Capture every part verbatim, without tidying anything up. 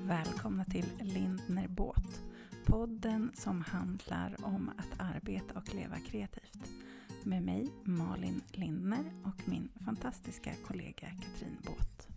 Välkomna till Lindner Båt, podden som handlar om att arbeta och leva kreativt. Med mig Malin Lindner och min fantastiska kollega Katrin Båt.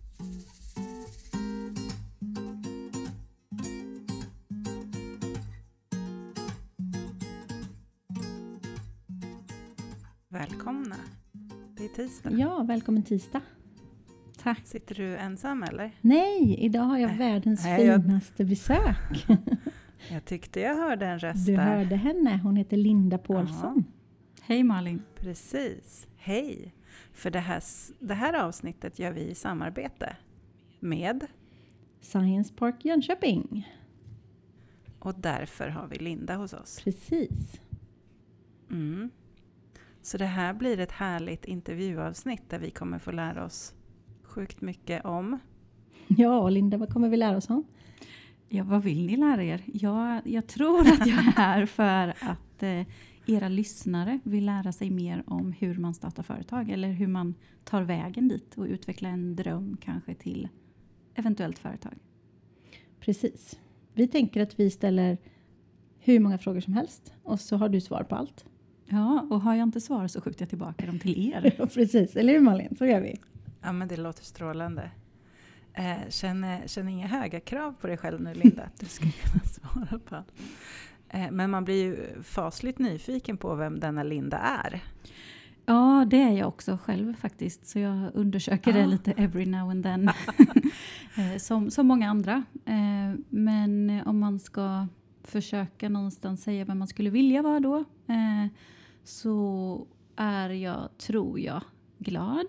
Välkomna. Det är tisdag. Ja, välkommen tisdag. Tack. Sitter du ensam eller? Nej, idag har jag äh, världens nej, finaste jag... besök. Jag tyckte jag hörde en röst du där. Du hörde henne, hon heter Linda Paulsson. Ja. Hej Malin. Precis, hej. För det här, det här avsnittet gör vi i samarbete med Science Park Jönköping. Och därför har vi Linda hos oss. Precis. Mm. Så det här blir ett härligt intervjuavsnitt där vi kommer få lära oss sjukt mycket om. Ja, Linda, vad kommer vi lära oss om? Ja, vad vill ni lära er? Jag, jag tror att jag är här för att eh, era lyssnare vill lära sig mer om hur man startar företag. Eller hur man tar vägen dit och utvecklar en dröm kanske till eventuellt företag. Precis. Vi tänker att vi ställer hur många frågor som helst. Och så har du svar på allt. Ja, och har jag inte svar så skjuter jag tillbaka dem till er. Ja, precis. Eller hur Malin? Så gör vi. Ja, men det låter strålande. Eh, känner, känner inga höga krav på dig själv nu, Linda, att du ska kunna svara på allt. Eh, men man blir ju fasligt nyfiken på vem denna Linda är. Ja, det är jag också själv faktiskt. Så jag undersöker ja. det lite every now and then. som, som många andra. Eh, men om man ska försöka någonstans säga vem man skulle vilja vara då. Eh, så är jag, tror jag, glad.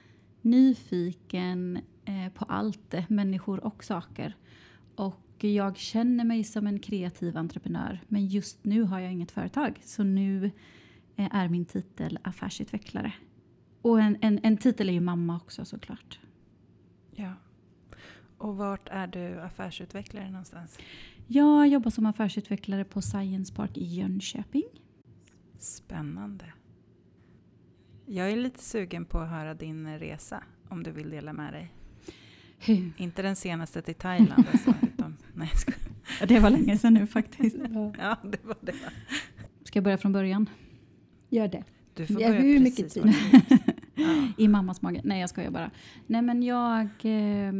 Nyfiken eh, på allt, människor och saker. Och jag känner mig som en kreativ entreprenör. Men just nu har jag inget företag. Så nu eh, är min titel affärsutvecklare. Och en, en, en titel är ju mamma också såklart. Ja. Och vart är du affärsutvecklare någonstans? Jag jobbar som affärsutvecklare på Science Park i Jönköping. Spännande. Jag är lite sugen på att höra din resa, om du vill dela med dig. Hur? Inte den senaste till Thailand. Alltså, utan, nej, jag ska... ja, det var länge sedan nu faktiskt. Ja, det var det. Ska jag börja från början? Gör det. Du får ja, börja hur precis mycket tid? Ja. I mammas mage. Nej, jag skojar bara. Nej, men jag eh,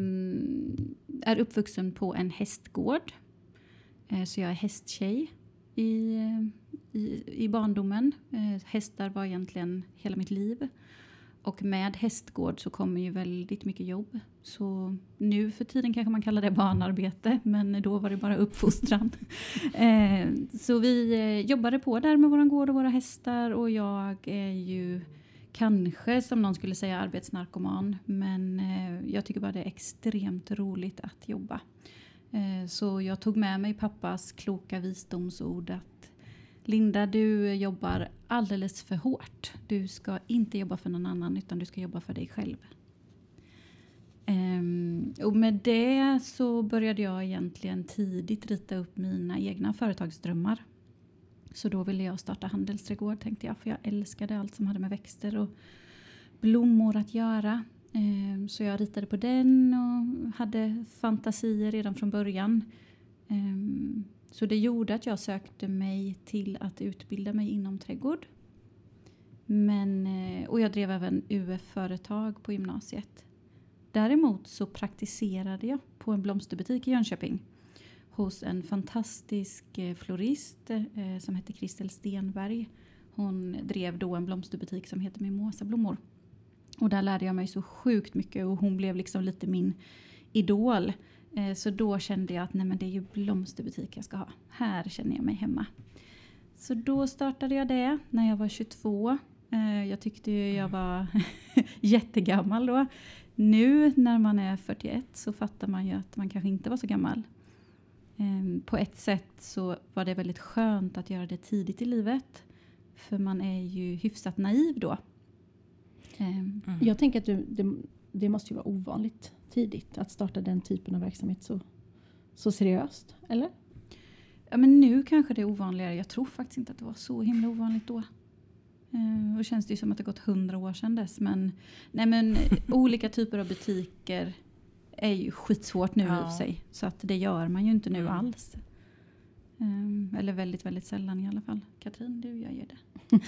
är uppvuxen på en hästgård. Eh, så jag är hästtjej i, i, i barndomen. Eh, hästar var egentligen hela mitt liv. Och med hästgård så kommer ju väldigt mycket jobb. Så nu för tiden kanske man kallar det barnarbete. Men då var det bara uppfostran. eh, så vi eh, jobbade på där med våran gård och våra hästar. Och jag är ju kanske som någon skulle säga arbetsnarkoman. Men eh, jag tycker bara det är extremt roligt att jobba. Eh, så jag tog med mig pappas kloka visdomsord att Linda, du jobbar alldeles för hårt. Du ska inte jobba för någon annan utan du ska jobba för dig själv. Um, och med det så började jag egentligen tidigt rita upp mina egna företagsdrömmar. Så då ville jag starta handelsträdgård tänkte jag. För jag älskade allt som hade med växter och blommor att göra. Um, så jag ritade på den och hade fantasier redan från början. Um, Så det gjorde att jag sökte mig till att utbilda mig inom trädgård. Men, och jag drev även U F-företag på gymnasiet. Däremot så praktiserade jag på en blomsterbutik i Jönköping. Hos en fantastisk florist eh, som hette Kristel Stenberg. Hon drev då en blomsterbutik som heter Mimosablommor. Och där lärde jag mig så sjukt mycket och hon blev liksom lite min idol. Så då kände jag att nej, men det är ju blomsterbutik jag ska ha. Här känner jag mig hemma. Så då startade jag det när jag var tjugotvå. Jag tyckte ju jag var jättegammal då. Nu när man är fyrtioett så fattar man ju att man kanske inte var så gammal. På ett sätt så var det väldigt skönt att göra det tidigt i livet. För man är ju hyfsat naiv då. Mm. Jag tänker att du, det, det måste ju vara ovanligt tidigt att starta den typen av verksamhet så, så seriöst, eller? Ja, men nu kanske det är ovanligare. Jag tror faktiskt inte att det var så himla ovanligt då. Eh, och känns det ju som att det gått hundra år sedan dess. Men, nej, men olika typer av butiker är ju skitsvårt nu ja. i och för sig. Så att det gör man ju inte nu mm. alls. Um, eller väldigt, väldigt sällan i alla fall. Katrin, du gör ju det.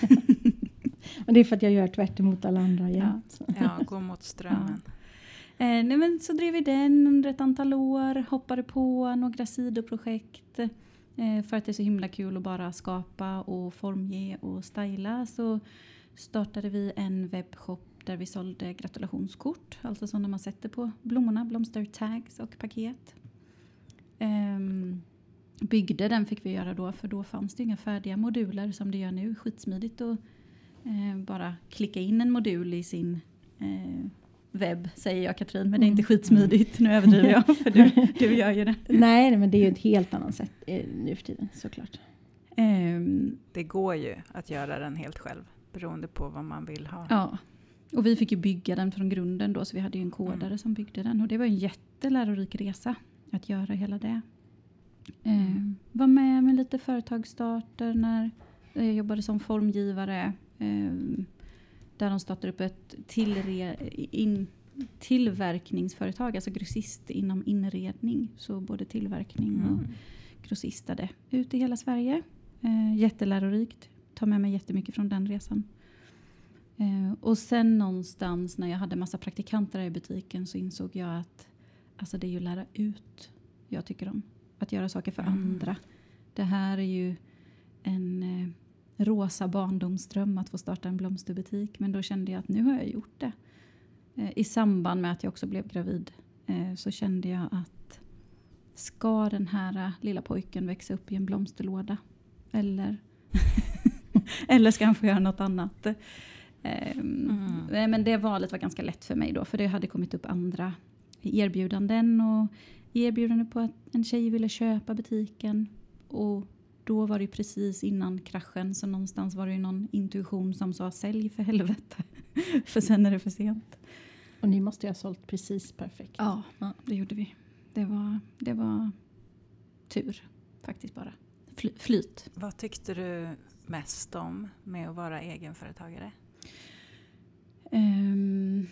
Men det är för att jag gör tvärt emot alla andra jämt. Ja, ja, gå mot strömmen. Ja. Eh, nej, men så drev vi den under ett antal år. Hoppade på några sidoprojekt. Eh, för att det är så himla kul att bara skapa och formge och styla. Så startade vi en webbshop där vi sålde gratulationskort. Alltså sådana man sätter på blommorna. Blomstertags och paket. Eh, byggde den fick vi göra då. För då fanns det inga färdiga moduler som det gör nu. Skitsmidigt att eh, bara klicka in en modul i sin eh, webb, säger jag Katrin. Men det är inte skitsmidigt. Nu överdriver jag, för du, du gör ju det. Nej, men det är ju ett helt annat sätt eh, nu för tiden, såklart. Um, det går ju att göra den helt själv, beroende på vad man vill ha. Ja, och vi fick ju bygga den från grunden då, så vi hade ju en kodare mm. som byggde den. Och det var en jättelärorik resa att göra hela det. Um, var med med lite företagsstarter när jag jobbade som formgivare. Um, Där de startar upp ett tillre, in, tillverkningsföretag, alltså grossist inom inredning. Så både tillverkning och mm. grossistade ut i hela Sverige. Eh, jättelärorikt. Tar med mig jättemycket från den resan. Eh, och sen någonstans när jag hade massa praktikanter i butiken så insåg jag att alltså det är ju att lära ut. Jag tycker om att göra saker för mm. andra. Det här är ju en... Eh, rosa barndomsdröm att få starta en blomsterbutik. Men då kände jag att nu har jag gjort det. Eh, I samband med att jag också blev gravid eh, så kände jag att ska den här uh, lilla pojken växa upp i en blomsterlåda? Eller, eller ska han få göra något annat? Eh, mm. Men det valet var ganska lätt för mig då. För det hade kommit upp andra erbjudanden. Och erbjudanden på att en tjej ville köpa butiken. Och då var det precis innan kraschen, så någonstans var det ju någon intuition som sa sälj för helvete. För sen är det för sent. Och ni måste ju ha sålt precis perfekt. Ja, ja. Det gjorde vi. Det var, det var tur faktiskt bara. Fly, flyt. Vad tyckte du mest om med att vara egenföretagare? Um,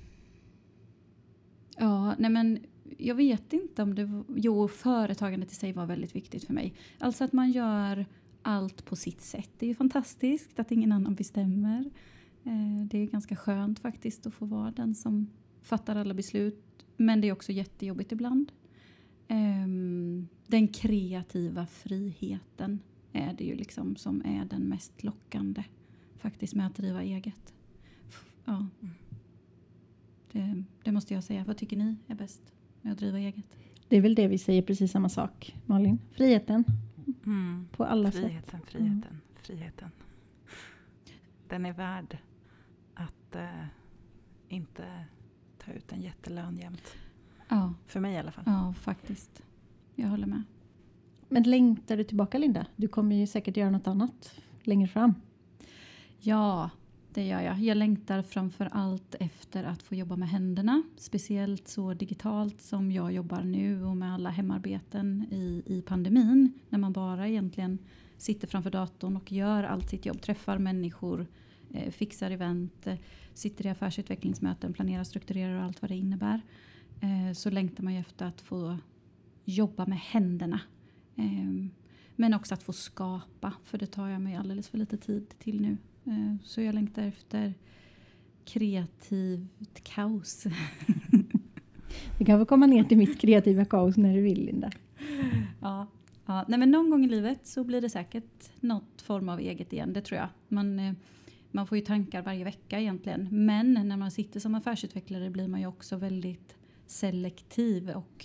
ja, nej men... Jag vet inte om det var... Jo, företagandet i sig var väldigt viktigt för mig. Alltså att man gör allt på sitt sätt. Det är ju fantastiskt att ingen annan bestämmer. Eh, det är ganska skönt faktiskt att få vara den som fattar alla beslut. Men det är också jättejobbigt ibland. Eh, den kreativa friheten är det ju liksom som är den mest lockande. Faktiskt med att driva eget. Ja. Det, det måste jag säga. Vad tycker ni är bäst? Att driva eget. Det är väl det vi säger precis samma sak, Malin. Friheten. Mm. På alla friheten, sätt. Friheten, mm. friheten. Den är värd att uh, inte ta ut en jättelön jämt. Ja. För mig i alla fall. Ja, faktiskt. Jag håller med. Men längtar du tillbaka, Linda? Du kommer ju säkert göra något annat längre fram. Ja, det gör jag. Jag längtar framför allt efter att få jobba med händerna. Speciellt så digitalt som jag jobbar nu och med alla hemarbeten i, i pandemin. När man bara egentligen sitter framför datorn och gör allt sitt jobb. Träffar människor, eh, fixar event, eh, sitter i affärsutvecklingsmöten, planerar, strukturerar och allt vad det innebär. Eh, så längtar man ju efter att få jobba med händerna. Eh, men också att få skapa. För det tar jag mig alldeles för lite tid till nu. Så jag längtar efter kreativt kaos. Du kan få komma ner till mitt kreativa kaos när du vill, Linda. Ja, ja. Nej, men någon gång i livet så blir det säkert något form av eget igen, det tror jag. Man, man får ju tankar varje vecka egentligen. Men när man sitter som affärsutvecklare blir man ju också väldigt selektiv. Och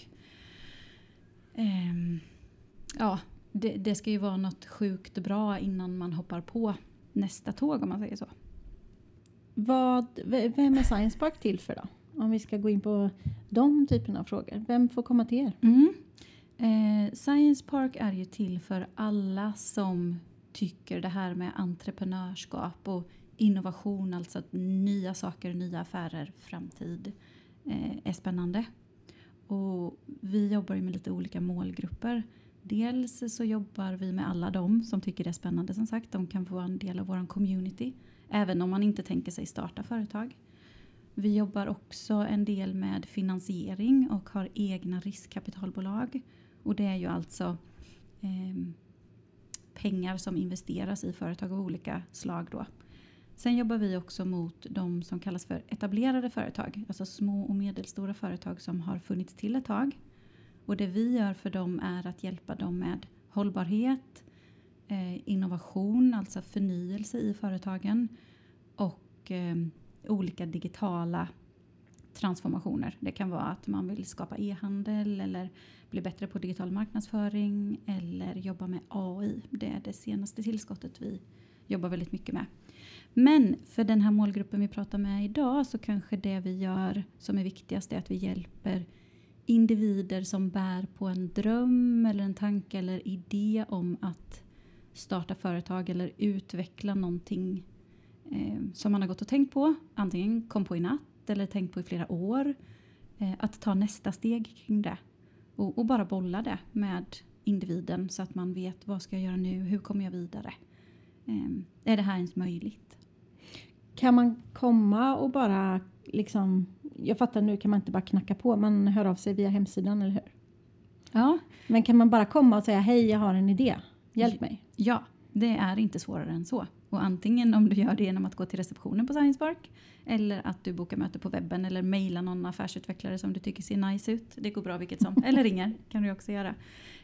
eh, ja, det, det ska ju vara något sjukt bra innan man hoppar på nästa tåg, om man säger så. Vad, vem är Science Park till för då? Om vi ska gå in på de typerna av frågor. Vem får komma till er? Mm. Eh, Science Park är ju till för alla som tycker det här med entreprenörskap och innovation, alltså att nya saker, nya affärer, framtid eh, är spännande. Och vi jobbar ju med lite olika målgrupper. Dels så jobbar vi med alla de som tycker det är spännande, som sagt. De kan få vara en del av vår community. Även om man inte tänker sig starta företag. Vi jobbar också en del med finansiering och har egna riskkapitalbolag. Och det är ju alltså eh, pengar som investeras i företag av olika slag då. Sen jobbar vi också mot de som kallas för etablerade företag. Alltså små och medelstora företag som har funnits till ett tag. Och det vi gör för dem är att hjälpa dem med hållbarhet, eh, innovation, alltså förnyelse i företagen. Och eh, olika digitala transformationer. Det kan vara att man vill skapa e-handel eller bli bättre på digital marknadsföring eller jobba med A I. Det är det senaste tillskottet vi jobbar väldigt mycket med. Men för den här målgruppen vi pratar med idag så kanske det vi gör som är viktigast är att vi hjälper individer som bär på en dröm eller en tanke eller idé om att starta företag eller utveckla någonting eh, som man har gått och tänkt på. Antingen kom på i natt eller tänkt på i flera år. Eh, att ta nästa steg kring det. Och, och bara bolla det med individen så att man vet vad ska jag göra nu, hur kommer jag vidare. Eh, är det här ens möjligt? Kan man komma och bara liksom, jag fattar nu kan man inte bara knacka på, man hör av sig via hemsidan, eller hur? Ja. Men kan man bara komma och säga, hej jag har en idé, hjälp mig? Ja, det är inte svårare än så. Och antingen om du gör det genom att gå till receptionen på Science Park eller att du bokar möte på webben eller mejlar någon affärsutvecklare som du tycker ser nice ut. Det går bra vilket som. Eller ringer kan du också göra.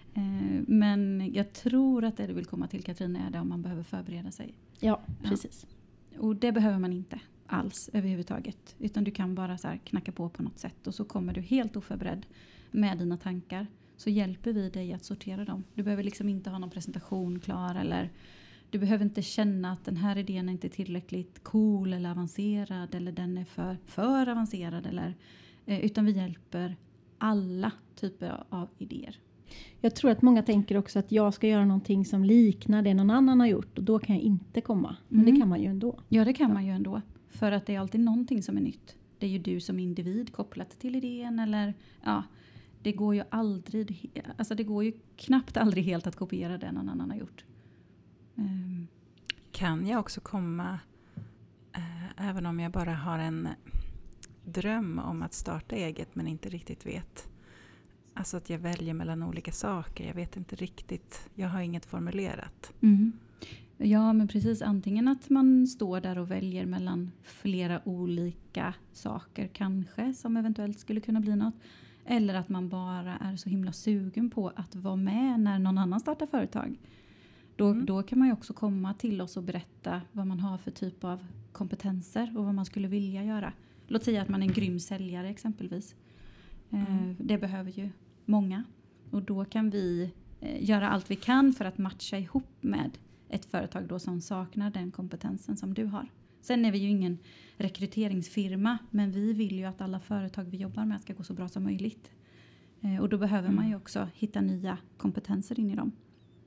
Men jag tror att det du vill komma till, Katrin, är det om man behöver förbereda sig. Ja, precis. Ja. Och det behöver man inte alls överhuvudtaget. Utan du kan bara så här knacka på på något sätt. Och så kommer du helt oförberedd med dina tankar. Så hjälper vi dig att sortera dem. Du behöver liksom inte ha någon presentation klar. Eller du behöver inte känna att den här idén är inte tillräckligt cool eller avancerad. Eller den är för, för avancerad. Eller, eh, utan vi hjälper alla typer av idéer. Jag tror att många tänker också att jag ska göra någonting som liknar det någon annan har gjort. Och då kan jag inte komma. Men mm. det kan man ju ändå. Ja, det kan man ju ändå. För att det är alltid någonting som är nytt. Det är ju du som individ kopplat till idén. Eller ja, det går ju aldrig, alltså det går ju knappt aldrig helt att kopiera det någon annan har gjort. Um. Kan jag också komma, äh, även om jag bara har en dröm om att starta eget men inte riktigt vet. Alltså att jag väljer mellan olika saker. Jag vet inte riktigt. Jag har inget formulerat. Mm. Ja, men precis. Antingen att man står där och väljer mellan flera olika saker kanske. Som eventuellt skulle kunna bli något. Eller att man bara är så himla sugen på att vara med när någon annan startar företag. Då, mm. då kan man ju också komma till oss och berätta vad man har för typ av kompetenser. Och vad man skulle vilja göra. Låt säga att man är en grym säljare exempelvis. Mm. Det behöver ju många. Och då kan vi göra allt vi kan för att matcha ihop med ett företag då som saknar den kompetensen som du har. Sen är vi ju ingen rekryteringsfirma. Men vi vill ju att alla företag vi jobbar med ska gå så bra som möjligt. Och då behöver mm. man ju också hitta nya kompetenser in i dem.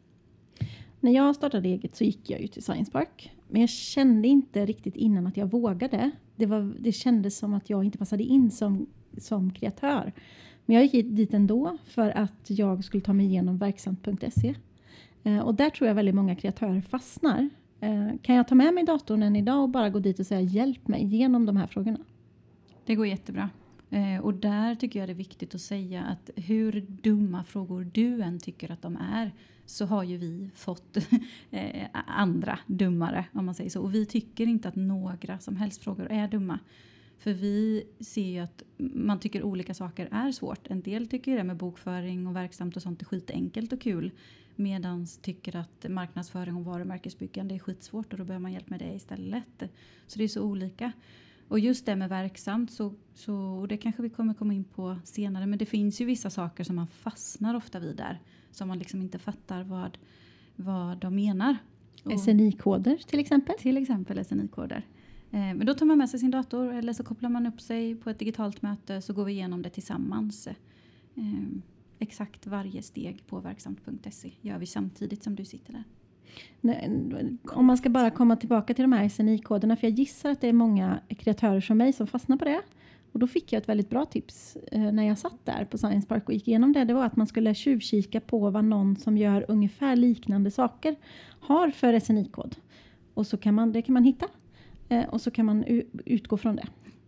När jag startade eget så gick jag ju till Science Park. Men jag kände inte riktigt innan att jag vågade. Det, var, det kändes som att jag inte passade in som som kreatör. Men jag gick dit ändå för att jag skulle ta mig igenom verksamt punkt se. Eh, och där tror jag väldigt många kreatörer fastnar. Eh, kan jag ta med mig datorn än idag och bara gå dit och säga hjälp mig genom de här frågorna? Det går jättebra. Eh, och där tycker jag det är viktigt att säga att hur dumma frågor du än tycker att de är så har ju vi fått eh, andra dummare om man säger så. Och vi tycker inte att några som helst frågor är dumma. För vi ser ju att man tycker olika saker är svårt. En del tycker det med bokföring och verksamt och sånt är skitenkelt och kul. Medan tycker att marknadsföring och varumärkesbyggande är skitsvårt och då behöver man hjälp med det istället. Så det är så olika. Och just det med verksamt så, så och det kanske vi kommer komma in på senare. Men det finns ju vissa saker som man fastnar ofta vid där. Som man liksom inte fattar vad, vad de menar. Och, S N I-koder till exempel? Till exempel S N I-koder. Men då tar man med sig sin dator eller så kopplar man upp sig på ett digitalt möte så går vi igenom det tillsammans. Eh, exakt varje steg på verksamt punkt se gör vi samtidigt som du sitter där. Nej, om man ska bara komma tillbaka till de här S N I-koderna, för jag gissar att det är många kreatörer som mig som fastnar på det. Och då fick jag ett väldigt bra tips eh, när jag satt där på Science Park och gick igenom det. Det var att man skulle tjuvkika på vad någon som gör ungefär liknande saker har för S N I-kod. Och så kan man, det kan man hitta. Och så kan man utgå från det.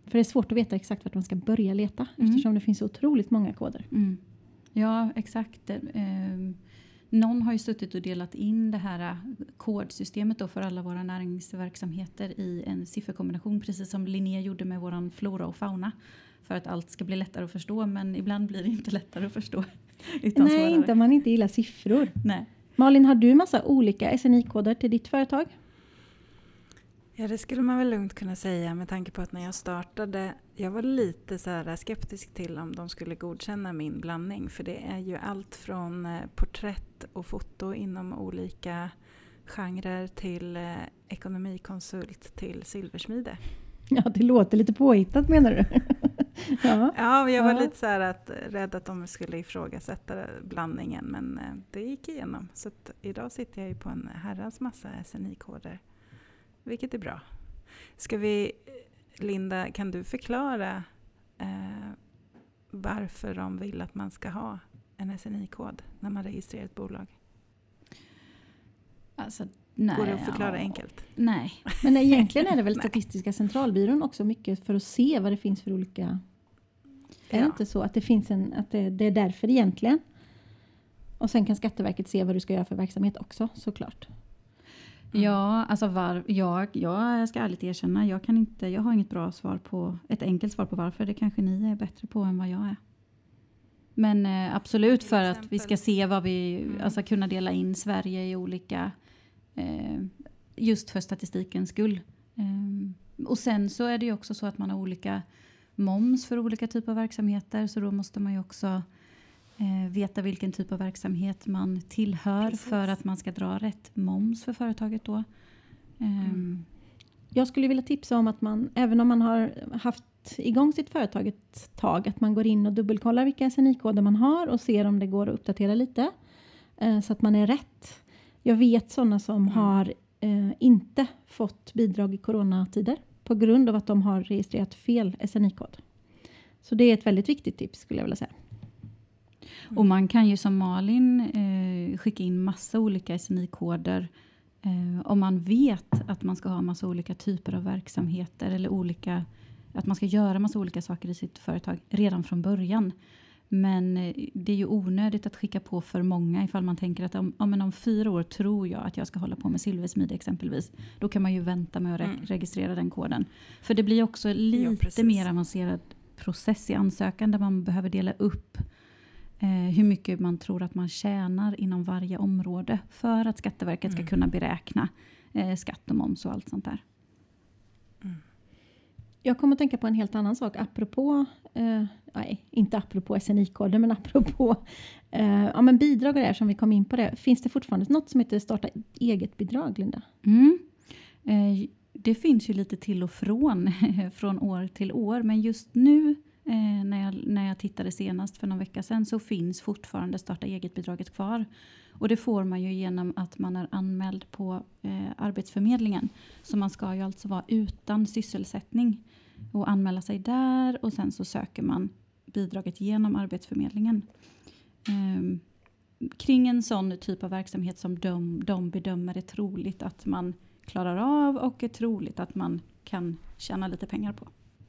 För det är svårt att veta exakt vart man ska börja leta. Mm. Eftersom det finns otroligt många koder. Mm. Ja, exakt. Eh, någon har ju suttit och delat in det här kodsystemet då för alla våra näringsverksamheter i en sifferkombination. Precis som Linné gjorde med våran flora och fauna. För att allt ska bli lättare att förstå. Men ibland blir det inte lättare att förstå. Utan Nej, svårare. inte om man inte gillar siffror. Nej. Malin, har du massa olika S N I-koder till ditt företag? Ja, det skulle man väl lugnt kunna säga med tanke på att när jag startade, jag var lite så här skeptisk till om de skulle godkänna min blandning. För det är ju allt från porträtt och foto inom olika genrer till ekonomikonsult till silversmide. Ja, det låter lite påhittat menar du? Ja, ja jag var ja. lite så här att, rädd att de skulle ifrågasätta blandningen, men det gick igenom. Så att idag sitter jag ju på en herrans massa S N I-koder, vilket är bra. Ska vi, Linda, kan du förklara eh, varför de vill att man ska ha en S N I-kod när man registrerar ett bolag? Alltså, nej, Går det att förklara ja. enkelt? Nej. Men egentligen är det väl Statistiska centralbyrån också mycket för att se vad det finns för olika... Är Ja. det inte så att det finns en... Att det, det är därför egentligen? Och sen kan Skatteverket se vad du ska göra för verksamhet också, såklart. Ja, alltså var, jag, jag ska ärligt erkänna, jag, kan inte, jag har inget bra svar på, ett enkelt svar på varför. Det kanske ni är bättre på än vad jag är. Men eh, absolut för att vi ska se vad vi, mm. alltså kunna dela in Sverige i olika, eh, just för statistikens skull. Eh, och sen så är det ju också så att man har olika moms för olika typer av verksamheter, så då måste man ju också Eh, veta vilken typ av verksamhet man tillhör. Precis. För att man ska dra rätt moms för företaget då. Eh, mm. Jag skulle vilja tipsa om att man, även om man har haft igång sitt företag ett tag, att man går in och dubbelkollar vilka S N I-koder man har och ser om det går att uppdatera lite. Eh, så att man är rätt. Jag vet sådana som mm. har eh, inte fått bidrag i coronatider på grund av att de har registrerat fel S N I-kod. Så det är ett väldigt viktigt tips skulle jag vilja säga. Mm. Och man kan ju som Malin eh, skicka in massa olika S N I-koder eh, om man vet att man ska ha massa olika typer av verksamheter eller olika, att man ska göra massa olika saker i sitt företag redan från början. Men eh, det är ju onödigt att skicka på för många ifall man tänker att om, om, om fyra år tror jag att jag ska hålla på med silversmide exempelvis. Då kan man ju vänta med att re- mm. registrera den koden. För det blir också lite ja, mer avancerad process i ansökan där man behöver dela upp Eh, hur mycket man tror att man tjänar inom varje område för att Skatteverket mm. ska kunna beräkna eh, skatt och moms och allt sånt där. Mm. Jag kommer att tänka på en helt annan sak apropå, eh, nej inte apropå S N I-koder men apropå eh, ja, men bidrag och det här som vi kom in på det. Finns det fortfarande något som heter starta eget bidrag, Linda? Mm. Eh, det finns ju lite till och från från år till år, men just nu Eh, när, jag, när jag tittade senast för någon vecka sedan så finns fortfarande starta eget-bidraget kvar. Och det får man ju genom att man är anmäld på eh, Arbetsförmedlingen. Så man ska ju alltså vara utan sysselsättning och anmäla sig där och sen så söker man bidraget genom Arbetsförmedlingen. Eh, kring en sån typ av verksamhet som de, de bedömer är troligt att man klarar av och är troligt att man kan tjäna lite pengar på.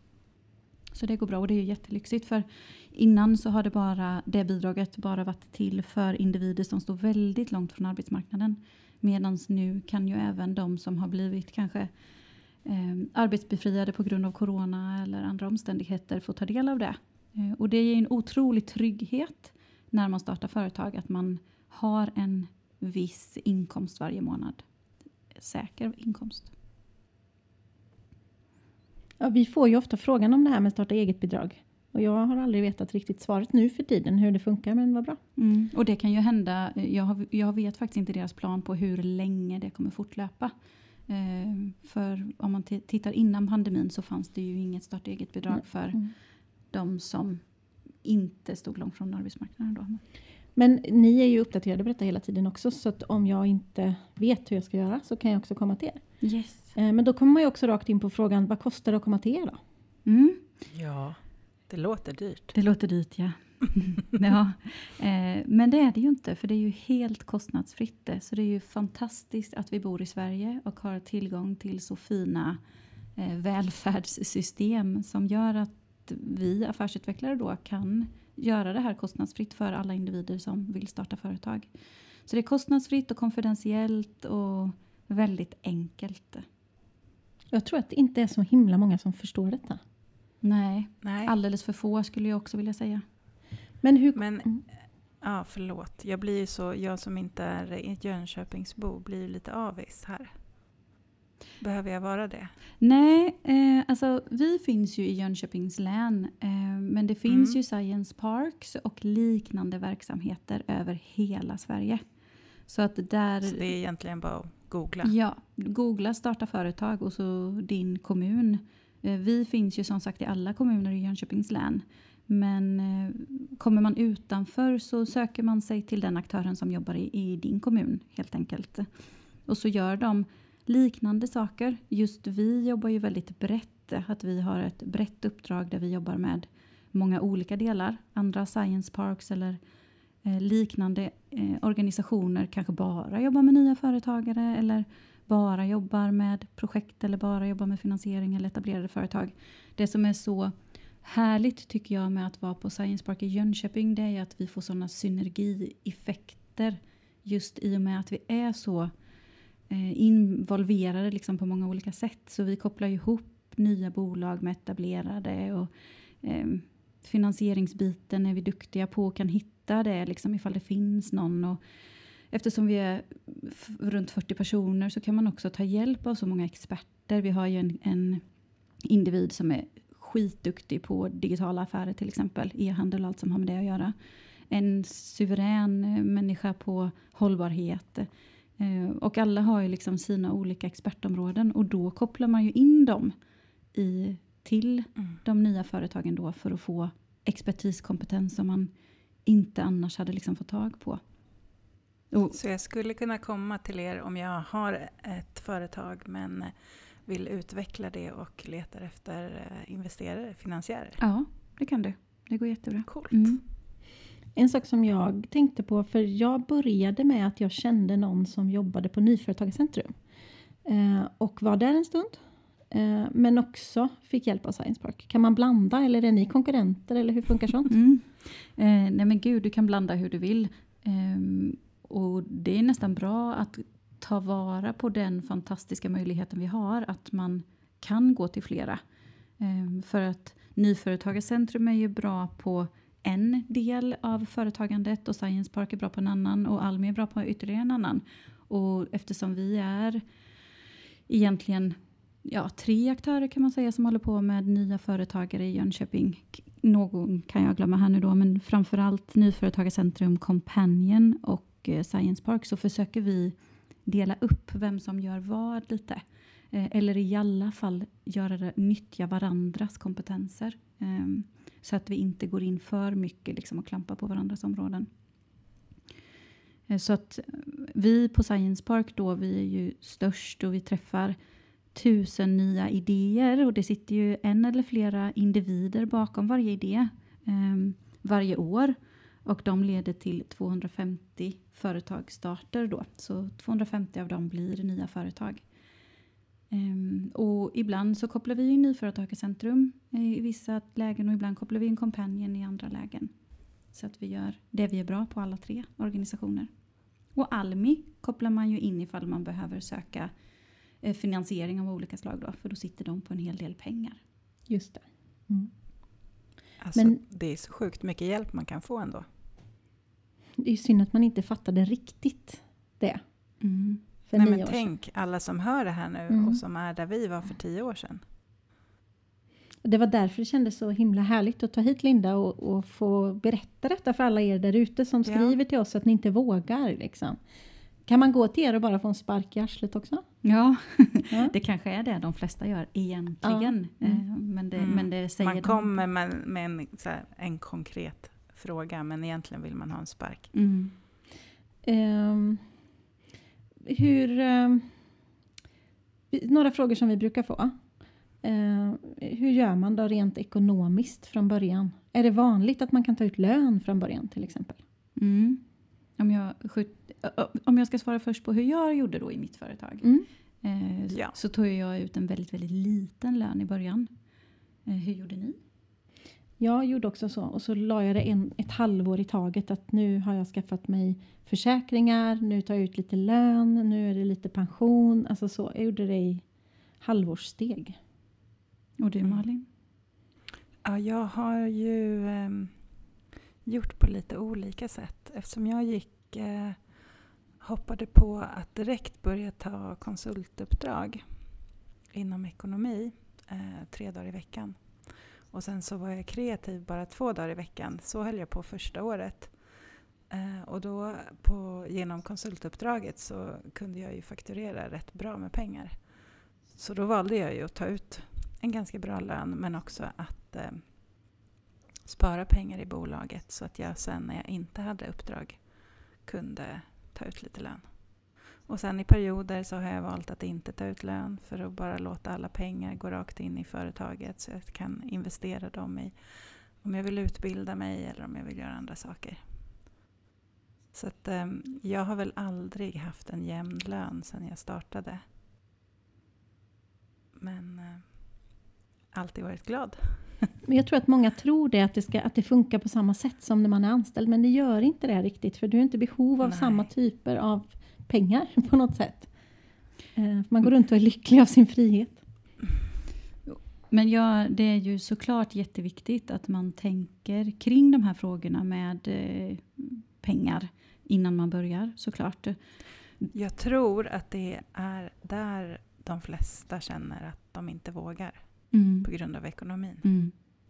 Så det går bra och det är ju jättelyxigt, för innan så har det bara det bidraget bara varit till för individer som står väldigt långt från arbetsmarknaden. Medan nu kan ju även de som har blivit kanske eh, arbetsbefriade på grund av corona eller andra omständigheter få ta del av det. Eh, och det är en otrolig trygghet när man startar företag att man har en viss inkomst varje månad. Säker inkomst. Ja, vi får ju ofta frågan om det här med starta eget bidrag. Och jag har aldrig vetat riktigt svaret nu för tiden hur det funkar, men vad bra. Mm. Och det kan ju hända, jag, har, jag vet faktiskt inte deras plan på hur länge det kommer fortlöpa. Eh, för om man t- tittar innan pandemin så fanns det ju inget starta eget bidrag mm. för mm. de som inte stod långt från arbetsmarknaden då. Men ni är ju uppdaterade på detta hela tiden också, så att om jag inte vet hur jag ska göra så kan jag också komma till er. Yes. Men då kommer man ju också rakt in på frågan, vad kostar det att komma till er då? Mm. Ja, det låter dyrt. Det låter dyrt, ja. ja. Eh, men det är det ju inte, för det är ju helt kostnadsfritt. Så det är ju fantastiskt att vi bor i Sverige och har tillgång till så fina eh, välfärdssystem som gör att vi affärsutvecklare då kan göra det här kostnadsfritt för alla individer som vill starta företag. Så det är kostnadsfritt och konfidentiellt och väldigt enkelt. Jag tror att det inte är så himla många som förstår detta. Nej, Nej. alldeles för få skulle jag också vilja säga. Men hur... Men, ja, förlåt. Jag blir ju så, jag som inte är ett Jönköpingsbo blir ju lite avis här. Behöver jag vara det? Nej, eh, alltså vi finns ju i Jönköpings län. Eh, men det finns Mm. ju Science Parks och liknande verksamheter över hela Sverige. Så att där... Så det är egentligen bara att googla. Ja, googla starta företag och så din kommun. Eh, vi finns ju som sagt i alla kommuner i Jönköpings län. Men eh, kommer man utanför så söker man sig till den aktören som jobbar i, i din kommun helt enkelt. Och så gör de liknande saker. Just vi jobbar ju väldigt brett. Att vi har ett brett uppdrag där vi jobbar med många olika delar. Andra science parks eller eh, liknande eh, organisationer kanske bara jobbar med nya företagare eller bara jobbar med projekt eller bara jobbar med finansiering eller etablerade företag. Det som är så härligt tycker jag med att vara på Science Park i Jönköping, det är att vi får sådana synergieffekter just i och med att vi är så eh, involverade liksom på många olika sätt. Så vi kopplar ihop nya bolag med etablerade och eh, finansieringsbiten är vi duktiga på och kan hitta det liksom ifall det finns någon. Och eftersom vi är f- runt fyrtio personer så kan man också ta hjälp av så många experter. Vi har ju en, en individ som är skitduktig på digitala affärer till exempel, e-handel och allt som har med det att göra. En suverän människa på hållbarhet. Och alla har ju liksom sina olika expertområden och då kopplar man ju in dem i, till Mm. de nya företagen då för att få expertiskompetens som man inte annars hade liksom fått tag på. Och, Så jag skulle kunna komma till er om jag har ett företag men vill utveckla det och letar efter investerare, finansiärer. ja, det kan du. Det går jättebra. Coolt. Mm. En sak som jag tänkte på, för jag började med att jag kände någon som jobbade på Nyföretagarcentrum. Eh, och var där en stund. Eh, men också fick hjälp av Science Park. Kan man blanda eller är ni konkurrenter eller hur funkar sånt? Mm. Eh, nej men gud, du kan blanda hur du vill. Ehm, och det är nästan bra att ta vara på den fantastiska möjligheten vi har. Att man kan gå till flera. Ehm, för att Nyföretagarcentrum är ju bra på en del av företagandet och Science Park är bra på en annan och Almi är bra på ytterligare en annan. Och eftersom vi är egentligen ja, tre aktörer kan man säga som håller på med nya företagare i Jönköping. Någon kan jag glömma här nu då, men framförallt Nyföretagarcentrum, Companion och eh, Science Park, så försöker vi dela upp vem som gör vad lite. Eh, eller i alla fall göra det, nyttja varandras kompetenser. Eh, så att vi inte går in för mycket liksom, och klampar på varandras områden. Eh, så att vi på Science Park då, vi är ju störst och vi träffar tusen nya idéer och det sitter ju en eller flera individer bakom varje idé eh, varje år och de leder till tvåhundrafemtio företagsstarter då. Så tvåhundrafemtio av dem blir nya företag. Eh, och ibland så kopplar vi in Nyföretagarcentrum i vissa lägen och ibland kopplar vi in Companion i andra lägen. Så att vi gör det vi är bra på alla tre organisationer. Och Almi kopplar man ju in ifall man behöver söka finansiering av olika slag då, för då sitter de på en hel del pengar. Just det. Mm. Alltså, Men- det är så sjukt mycket hjälp man kan få ändå. Det är ju synd att man inte fattade riktigt det. Mm. För Nej, nio men år sedan. tänk alla som hör det här nu Mm. och som är där vi var för tio år sedan. Det var därför det kändes så himla härligt att ta hit Linda och, och få berätta detta för alla er där ute som Ja. skriver till oss att ni inte vågar. Liksom. Kan man gå till er och bara få en spark i arslet också? Ja, Ja. det kanske är det de flesta gör egentligen. Ja. Mm. Eh, Men, det, Mm. men det säger Man de kommer med, med en, så här, en konkret fråga men egentligen vill man ha en spark. Mm. Ehm, hur, ehm, vi- några frågor som vi brukar få. Ehm, hur gör man då rent ekonomiskt från början? Är det vanligt att man kan ta ut lön från början till exempel? Mm. Om, jag skjut, ö- ö- om jag ska svara först på hur jag gjorde då i mitt företag. Mm. Eh, Ja. Så tog jag ut en väldigt, väldigt liten lön i början. Eh, hur gjorde ni? Jag gjorde också så. Och så la jag det en, ett halvår i taget. Att nu har jag skaffat mig försäkringar. Nu tar jag ut lite lön. Nu är det lite pension. Alltså så. Jag gjorde det i halvårssteg. Och du, Malin? Ja, jag har ju eh, gjort på lite olika sätt. Eftersom jag gick, eh, hoppade på att direkt börja ta konsultuppdrag inom ekonomi eh, tre dagar i veckan. Och sen så var jag kreativ bara två dagar i veckan. Så höll jag på första året. Eh, och då på, genom konsultuppdraget så kunde jag ju fakturera rätt bra med pengar. Så då valde jag ju att ta ut en ganska bra lön, men också att eh, spara pengar i bolaget så att jag sen när jag inte hade uppdrag kunde ta ut lite lön. Och sen i perioder så har jag valt att inte ta ut lön för att bara låta alla pengar gå rakt in i företaget så jag kan investera dem i om jag vill utbilda mig eller om jag vill göra andra saker. Så att eh, jag har väl aldrig haft en jämn lön sedan jag startade. Men eh, alltid varit glad. Men jag tror att många tror det att, det ska, att det funkar på samma sätt som när man är anställd. Men det gör inte det riktigt. För du är inte i behov av Nej. samma typer av pengar på något sätt. Eh, man går runt och är lycklig av sin frihet. Men ja, det är ju såklart jätteviktigt att man tänker kring de här frågorna med eh, pengar innan man börjar, såklart. Jag tror att det är där de flesta känner att de inte vågar Mm. på grund av ekonomin. Mm.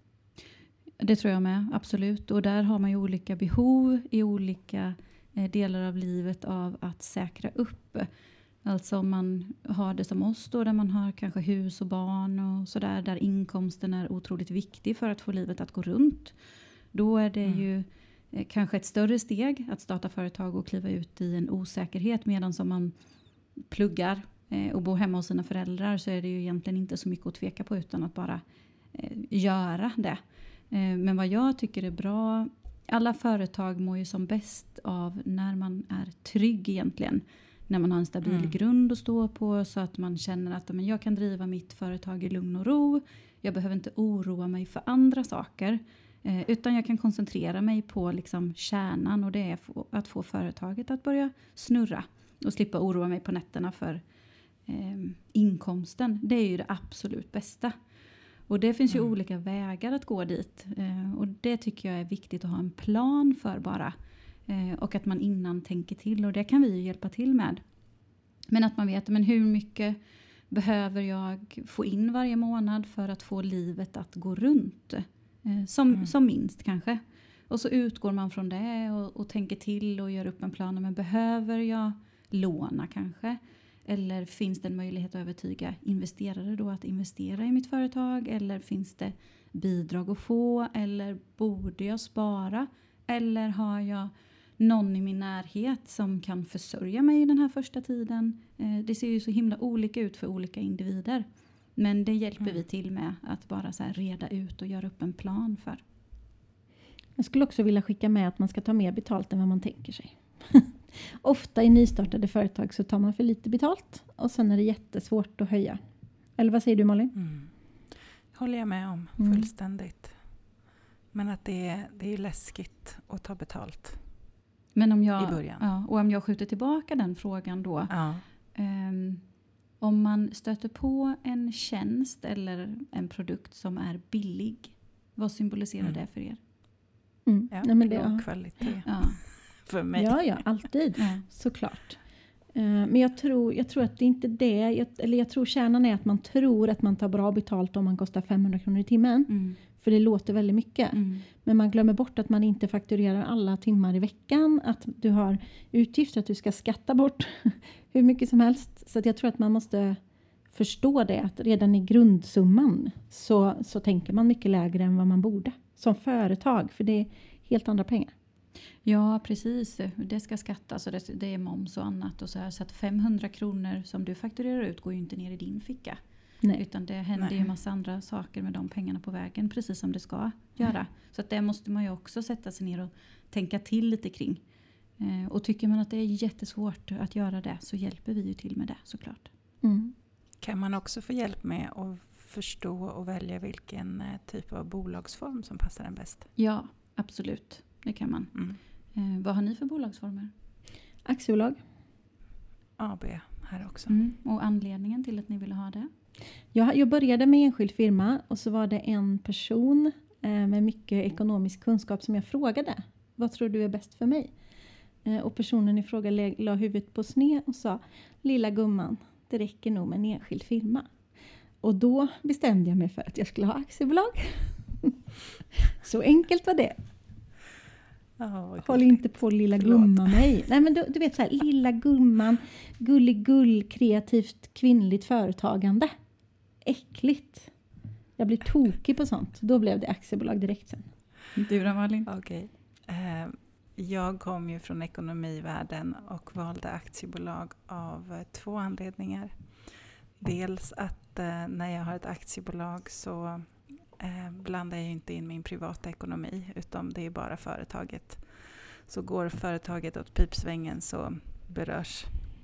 Det tror jag med, absolut. Och där har man ju olika behov i olika eh, delar av livet av att säkra upp. Alltså om man har det som oss då, där man har kanske hus och barn och sådär, där inkomsten är otroligt viktig för att få livet att gå runt. Då är det mm. ju eh, kanske ett större steg att starta företag och kliva ut i en osäkerhet, medan som man pluggar och bo hemma hos sina föräldrar, så är det ju egentligen inte så mycket att tveka på utan att bara eh, göra det. Eh, men vad jag tycker är bra, alla företag mår ju som bäst av när man är trygg egentligen. När man har en stabil mm. grund att stå på, så att man känner att men jag kan driva mitt företag i lugn och ro. Jag behöver inte oroa mig för andra saker. Eh, utan jag kan koncentrera mig på liksom kärnan, och det är att få företaget att börja snurra. Och slippa oroa mig på nätterna för Eh, inkomsten. Det är ju det absolut bästa. Och det finns mm. ju olika vägar att gå dit. Eh, och det tycker jag är viktigt att ha en plan för bara. Eh, och att man innan tänker till. Och det kan vi ju hjälpa till med. Men att man vet men hur mycket behöver jag få in varje månad för att få livet att gå runt. Eh, som, mm. som minst kanske. Och så utgår man från det och, och tänker till och gör upp en plan. Men behöver jag låna kanske? Eller finns det en möjlighet att övertyga investerare då att investera i mitt företag? Eller finns det bidrag att få? Eller borde jag spara? Eller har jag någon i min närhet som kan försörja mig i den här första tiden? Eh, det ser ju så himla olika ut för olika individer. Men det hjälper mm. vi till med att bara så här reda ut och göra upp en plan för. Jag skulle också vilja skicka med att man ska ta mer betalt än vad man tänker sig. Ofta i nystartade företag så tar man för lite betalt. Och sen är det jättesvårt att höja. Eller vad säger du, Malin? Mm. Håller jag med om fullständigt. Mm. Men att det är, det är läskigt att ta betalt. Men om jag, i början. Ja, och om jag skjuter tillbaka den frågan då. Ja. Um, om man stöter på en tjänst eller en produkt som är billig. Vad symboliserar mm. det för er? Mm. Ja, Nej, men det låg ja. kvalitet. Ja. För mig. Ja, ja, alltid. Ja. Såklart. Uh, men jag tror, jag tror att det inte är det. Jag, eller jag tror kärnan är att man tror att man tar bra betalt om man kostar femhundra kronor i timmen. Mm. För det låter väldigt mycket. Mm. Men man glömmer bort att man inte fakturerar alla timmar i veckan. Att du har utgifter, att du ska skatta bort hur mycket som helst. Så att jag tror att man måste förstå det. Att redan i grundsumman så, så tänker man mycket lägre än vad man borde. Som företag, för det är helt andra pengar. Ja, precis. Det ska skattas och det, det är moms och annat. Och så, här, så att femhundra kronor som du fakturerar ut går ju inte ner i din ficka. Nej. Utan det händer Nej. ju en massa andra saker med de pengarna på vägen. Precis som det ska göra. Mm. Så att det måste man ju också sätta sig ner och tänka till lite kring. Eh, och tycker man att det är jättesvårt att göra det så hjälper vi ju till med det såklart. Mm. Kan man också få hjälp med att förstå och välja vilken eh, typ av bolagsform som passar en bäst? Ja, absolut. Det kan man. Mm. Eh, vad har ni för bolagsformer? Aktiebolag. A B här också. Mm. Och anledningen till att ni ville ha det? Jag, jag började med enskild firma och så var det en person eh, med mycket ekonomisk kunskap som jag frågade. Vad tror du är bäst för mig? Eh, och personen i fråga lä- la huvudet på sned och sa, lilla gumman, det räcker nog med en enskild firma. Och då bestämde jag mig för att jag skulle ha aktiebolag. Så enkelt var det. Oh, Håll inte på lilla Förlåt. gumman mig. Nej, men du, du vet så här, lilla gumman, gulligull, kreativt, kvinnligt företagande. Äckligt. Jag blir tokig på sånt. Då blev det aktiebolag direkt sen. Du då, Malin? Okej. Eh, jag kom ju från ekonomivärlden och valde aktiebolag av eh, två anledningar. Dels att eh, när jag har ett aktiebolag så eh, blandar jag ju inte in min privata ekonomi, utan det är bara företaget. Så går företaget åt pipsvängen så berörs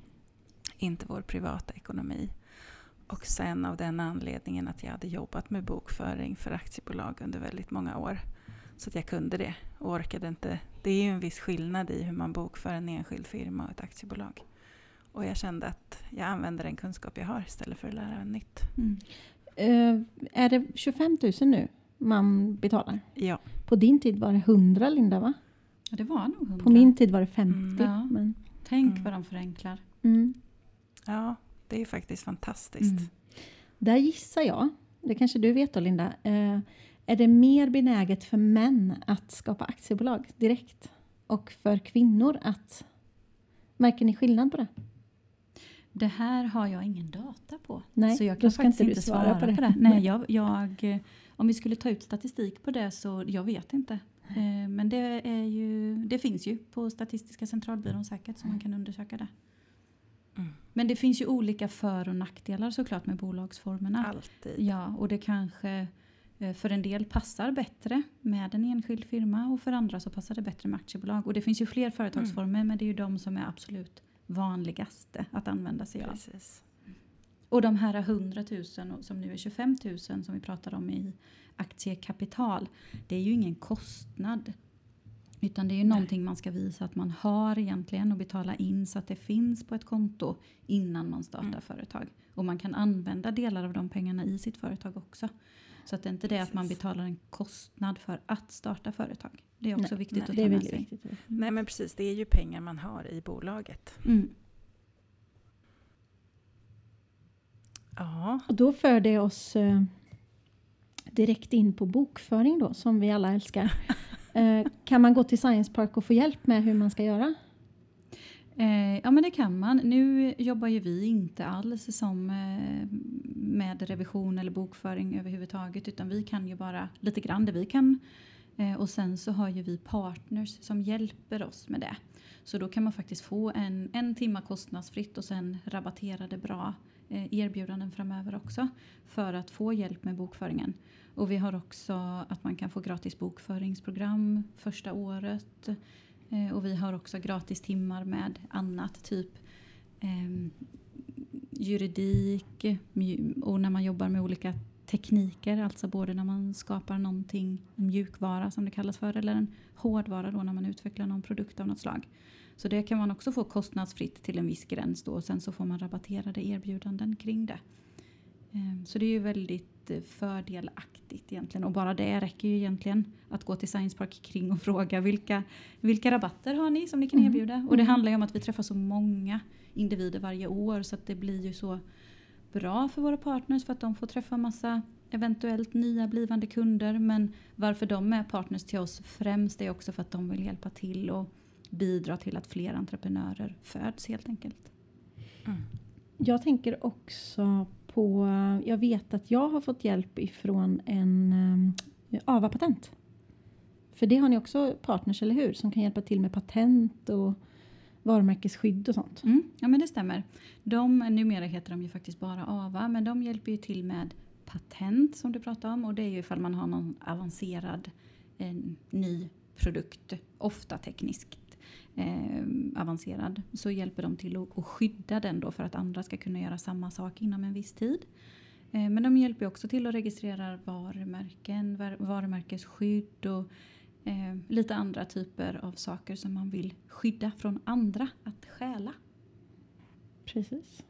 inte vår privata ekonomi. Och sen av den anledningen att jag hade jobbat med bokföring för aktiebolag under väldigt många år. Så att jag kunde det och orkade inte. Det är ju en viss skillnad i hur man bokför en enskild firma och ett aktiebolag. Och jag kände att jag använder den kunskap jag har istället för att lära en nytt. Mm. Uh, är det tjugofem tusen nu man betalar? Ja. På din tid var det hundra, Linda, va? Ja, det var nog hundra. På min tid var det femtio. Mm, ja. Men, Tänk Mm. vad de förenklar. mm. Ja, det är faktiskt fantastiskt. Mm. Där gissar jag, det kanske du vet då, Linda, uh, är det mer benäget för män att skapa aktiebolag direkt? Och för kvinnor att... Märker ni skillnad på det? Det här har jag ingen data på. Nej, så jag då kan ska faktiskt inte du inte svara svara på på det. det. Nej, jag, jag, om vi skulle ta ut statistik på det så jag vet inte. Eh, Men det, är ju, det finns ju på Statistiska centralbyrån säkert så man kan undersöka det. Mm. Men det finns ju olika för- och nackdelar såklart med bolagsformerna. Alltid. Ja, och det kanske eh, för en del passar bättre med en enskild firma och för andra så passar det bättre med aktiebolag. Och det finns ju fler företagsformer Mm. men det är ju de som är absolut vanligaste att använda sig av. Precis. Och de här hundratusen som nu är tjugofem tusen som vi pratar om i aktiekapital, det är ju ingen kostnad. Utan det är ju Nej. någonting man ska visa att man har egentligen och betala in så att det finns på ett konto innan man startar Mm. företag. Och man kan använda delar av de pengarna i sitt företag också. Så att det inte är det att man Precis. betalar en kostnad för att starta företag. Det är också Nej, viktigt nej, att Det är ta med väldigt sig. viktigt. Nej, men precis. Det är ju pengar man har i bolaget. Mm. Ja. Och då för det oss eh, direkt in på bokföring då, som vi alla älskar. eh, kan man gå till Science Park och få hjälp med hur man ska göra? Eh, ja men det kan man. Nu jobbar ju vi inte alls som eh, med revision eller bokföring överhuvudtaget utan vi kan ju bara lite grann det vi kan. Eh, och sen så har ju vi partners som hjälper oss med det. Så då kan man faktiskt få en, en timma kostnadsfritt och sen rabatterade bra eh, erbjudanden framöver också för att få hjälp med bokföringen. Och vi har också att man kan få gratis bokföringsprogram första året. Eh, och vi har också gratis timmar med annat typ eh, juridik mju- och när man jobbar med olika tekniker, alltså både när man skapar någonting, en mjukvara som det kallas för, eller en hårdvara då när man utvecklar någon produkt av något slag. Så det kan man också få kostnadsfritt till en viss gräns då och sen så får man rabatterade erbjudanden kring det. Eh, Så det är ju väldigt eh, fördelaktigt egentligen och bara det räcker ju egentligen att gå till Science Park kring och fråga vilka, vilka rabatter har ni som ni kan Mm. erbjuda. Och det handlar ju om att vi träffar så många individer varje år så att det blir ju så bra för våra partners för att de får träffa massa eventuellt nya blivande kunder. Men varför de är partners till oss främst är också för att de vill hjälpa till och bidra till att fler entreprenörer föds helt enkelt. Mm. Jag tänker också på, jag vet att jag har fått hjälp ifrån en um, AVA-patent. För det har ni också partners, eller hur? Som kan hjälpa till med patent och varumärkesskydd och sånt. Mm, ja men det stämmer. De, numera heter de ju faktiskt bara AVA men de hjälper ju till med patent som du pratade om och det är ju ifall man har någon avancerad en, ny produkt, ofta tekniskt eh, avancerad, så hjälper de till att, att skydda den då för att andra ska kunna göra samma sak inom en viss tid. Eh, men de hjälper också till att registrera varumärken, var, varumärkesskydd och eh, lite andra typer av saker som man vill skydda från andra att stjäla. Precis.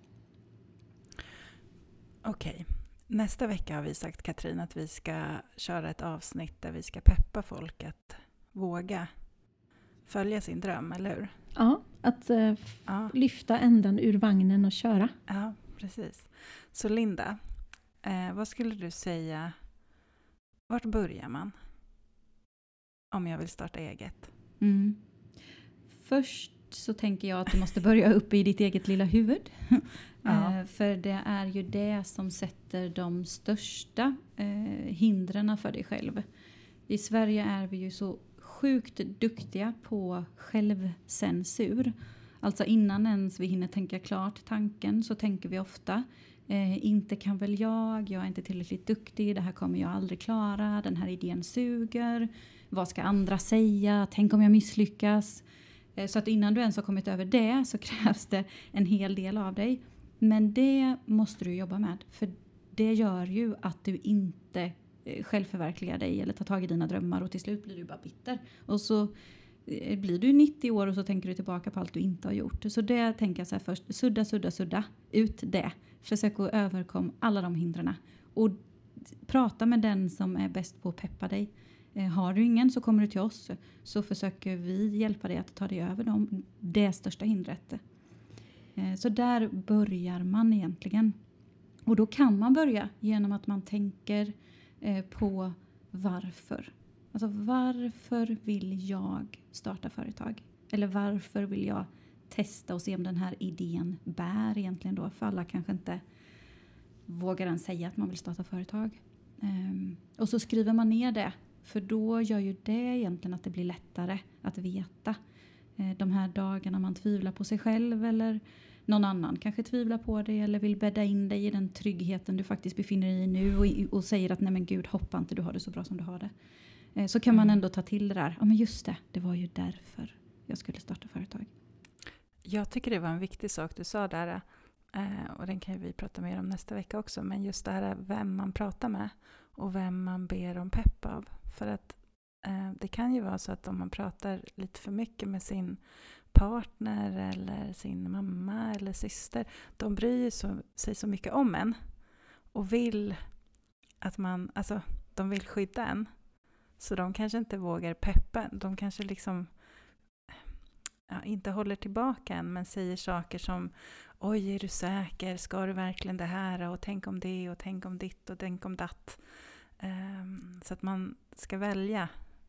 Okej. Nästa vecka har vi sagt, Katrin, att vi ska köra ett avsnitt där vi ska peppa folk att våga följa sin dröm, eller hur? Ja, att eh, f- Ja. lyfta ändan ur vagnen och köra. Ja, precis. Så Linda, eh, vad skulle du säga, vart börjar man om jag vill starta eget? Mm. Först så tänker jag att du måste börja uppe i ditt eget lilla huvud. Ja. eh, för det är ju det som sätter de största eh, hindren för dig själv. I Sverige är vi ju så sjukt duktiga på självcensur. Alltså innan ens vi hinner tänka klart tanken så tänker vi ofta eh, inte kan väl jag, jag är inte tillräckligt duktig, det här kommer jag aldrig klara, den här idén suger, vad ska andra säga, tänk om jag misslyckas. Eh, så att innan du ens har kommit över det så krävs det en hel del av dig. Men det måste du jobba med, för det gör ju att du inte självförverkliga dig eller ta tag i dina drömmar och till slut blir du bara bitter. Och så eh, blir du nittio år och så tänker du tillbaka på allt du inte har gjort. Så det tänker jag så här först, sudda, sudda, sudda ut det. Försök att överkomma alla de hindren. Och prata med den som är bäst på att peppa dig. Eh, har du ingen så kommer du till oss, så försöker vi hjälpa dig att ta dig över dem, det största hindret. Eh, så där börjar man egentligen. Och då kan man börja genom att man tänker på varför. Alltså varför vill jag starta företag? Eller varför vill jag testa och se om den här idén bär egentligen då? För alla kanske inte vågar ens säga att man vill starta företag. Um, och så skriver man ner det. För då gör ju det egentligen att det blir lättare att veta. Uh, de här dagarna man tvivlar på sig själv eller någon annan kanske tvivlar på dig eller vill bädda in dig i den tryggheten du faktiskt befinner dig i nu och, och säger att nej men gud, hoppa inte, du har det så bra som du har det. Eh, så kan mm. man ändå ta till det där. Ja men just det, det var ju därför jag skulle starta företag. Jag tycker det var en viktig sak du sa där, eh, och den kan ju vi prata mer om nästa vecka också, men just det här vem man pratar med och vem man ber om pepp av. För att eh, det kan ju vara så att om man pratar lite för mycket med sin partner eller sin mamma eller syster, de bryr så, sig så mycket om en och vill att man, alltså de vill skydda en, så de kanske inte vågar peppa, de kanske liksom ja, inte håller tillbaka en, men säger saker som oj, är du säker, ska du verkligen det här, och tänk om det och tänk om ditt och tänk om datt, um, så att man ska välja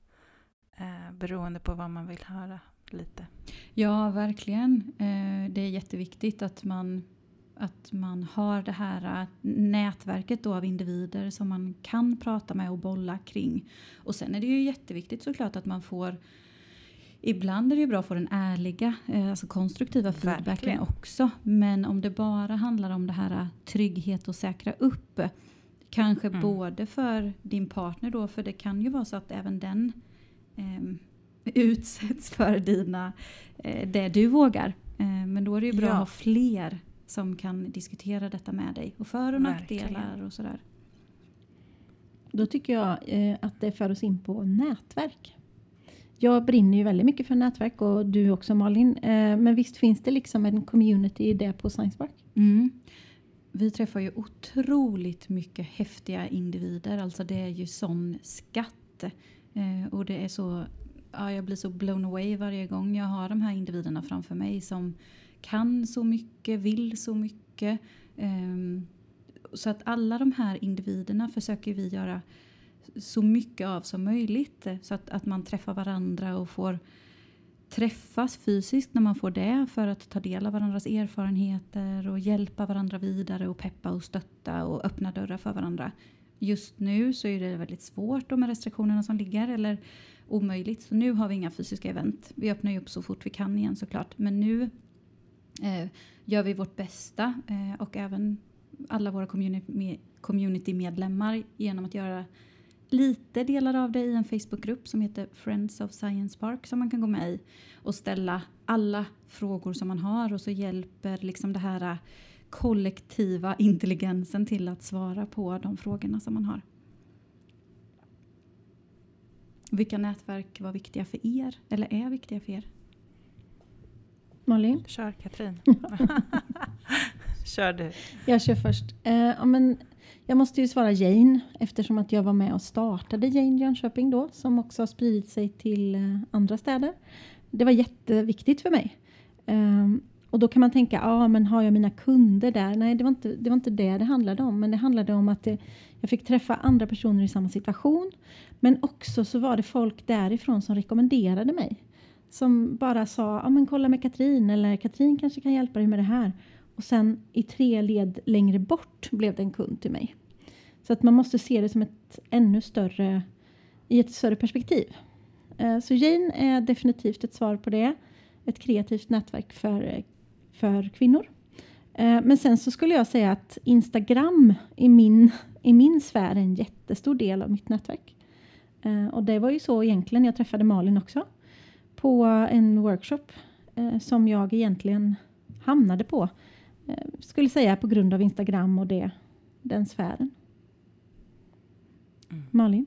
uh, beroende på vad man vill höra lite. Ja, verkligen. Eh, det är jätteviktigt att man, att man har det här nätverket då av individer som man kan prata med och bolla kring. Och sen är det ju jätteviktigt såklart att man får, ibland är det ju bra att få den ärliga, eh, alltså konstruktiva feedbacken verkligen också. Men om det bara handlar om det här trygghet och säkra upp, kanske mm. både för din partner då, för det kan ju vara så att även den eh, utsätts för dina, eh, det du vågar. Eh, men då är det ju bra ja. att ha fler som kan diskutera detta med dig. Och för- och nackdelar och sådär. Då tycker jag eh, att det för oss in på nätverk. Jag brinner ju väldigt mycket för nätverk och du också, Malin. Eh, men visst finns det liksom en community i det på Science Park? Mm. Vi träffar ju otroligt mycket häftiga individer. Alltså det är ju sån skatt. Eh, och det är så, ja, jag blir så blown away varje gång jag har de här individerna framför mig som kan så mycket, vill så mycket. Eh, så att alla de här individerna försöker vi göra så mycket av som möjligt. Så att, att man träffar varandra och får träffas fysiskt när man får det, för att ta del av varandras erfarenheter och hjälpa varandra vidare och peppa och stötta och öppna dörrar för varandra. Just nu så är det väldigt svårt med restriktionerna som ligger, eller omöjligt. Så nu har vi inga fysiska event. Vi öppnar ju upp så fort vi kan igen såklart. Men nu eh, gör vi vårt bästa eh, och även alla våra community, community-medlemmar genom att göra lite delar av det i en Facebookgrupp som heter Friends of Science Park som man kan gå med i och ställa alla frågor som man har och så hjälper liksom det här kollektiva intelligensen till att svara på de frågorna som man har. Vilka nätverk var viktiga för er eller är viktiga för er? Malin? Kör Katrin. Kör du. Jag kör först. Eh, ja, men jag måste ju svara Jane eftersom att jag var med och startade Jane Jönköping då som också har spridit sig till eh, andra städer. Det var jätteviktigt för mig. Eh, och då kan man tänka, ja ah, men har jag mina kunder där? Nej, det var inte det, var inte det det handlade om. Men det handlade om att det, jag fick träffa andra personer i samma situation. Men också så var det folk därifrån som rekommenderade mig. Som bara sa, ja ah, men kolla med Katrin eller Katrin kanske kan hjälpa dig med det här. Och sen i tre led längre bort blev det en kund till mig. Så att man måste se det som ett ännu större, i ett större perspektiv. Så Jane är definitivt ett svar på det. Ett kreativt nätverk för, för kvinnor. Men sen så skulle jag säga att Instagram i min, i min sfär är en jättestor del av mitt nätverk. Och det var ju så egentligen jag träffade Malin också. På en workshop som jag egentligen hamnade på. Skulle säga på grund av Instagram och det, den sfären. Mm. Malin?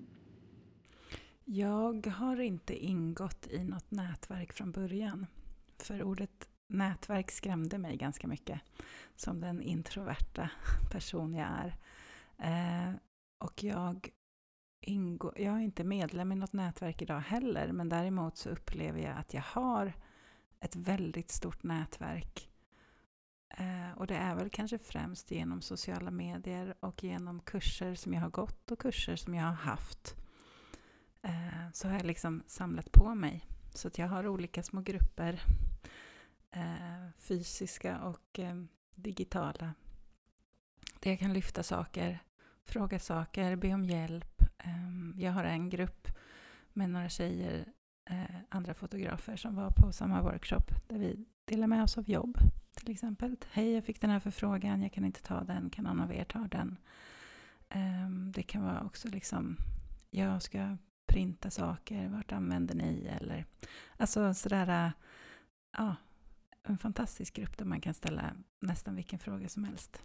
Jag har inte ingått i något nätverk från början. För ordet nätverk skrämde mig ganska mycket. Som den introverta person jag är. Eh, och jag, ingår, jag är inte medlem i något nätverk idag heller. Men däremot så upplever jag att jag har ett väldigt stort nätverk. Eh, och det är väl kanske främst genom sociala medier och genom kurser som jag har gått och kurser som jag har haft. Eh, så har jag liksom samlat på mig. Så att jag har olika små grupper, eh, fysiska och eh, digitala. Där jag kan lyfta saker, fråga saker, be om hjälp. Eh, jag har en grupp med några tjejer, eh, andra fotografer som var på samma workshop där vi delar med oss av jobb. Till exempel, hej jag fick den här förfrågan, jag kan inte ta den, kan någon av er ta den? Um, det kan vara också liksom, jag ska printa saker, vart använder ni? Eller, alltså sådär, ja, en fantastisk grupp där man kan ställa nästan vilken fråga som helst.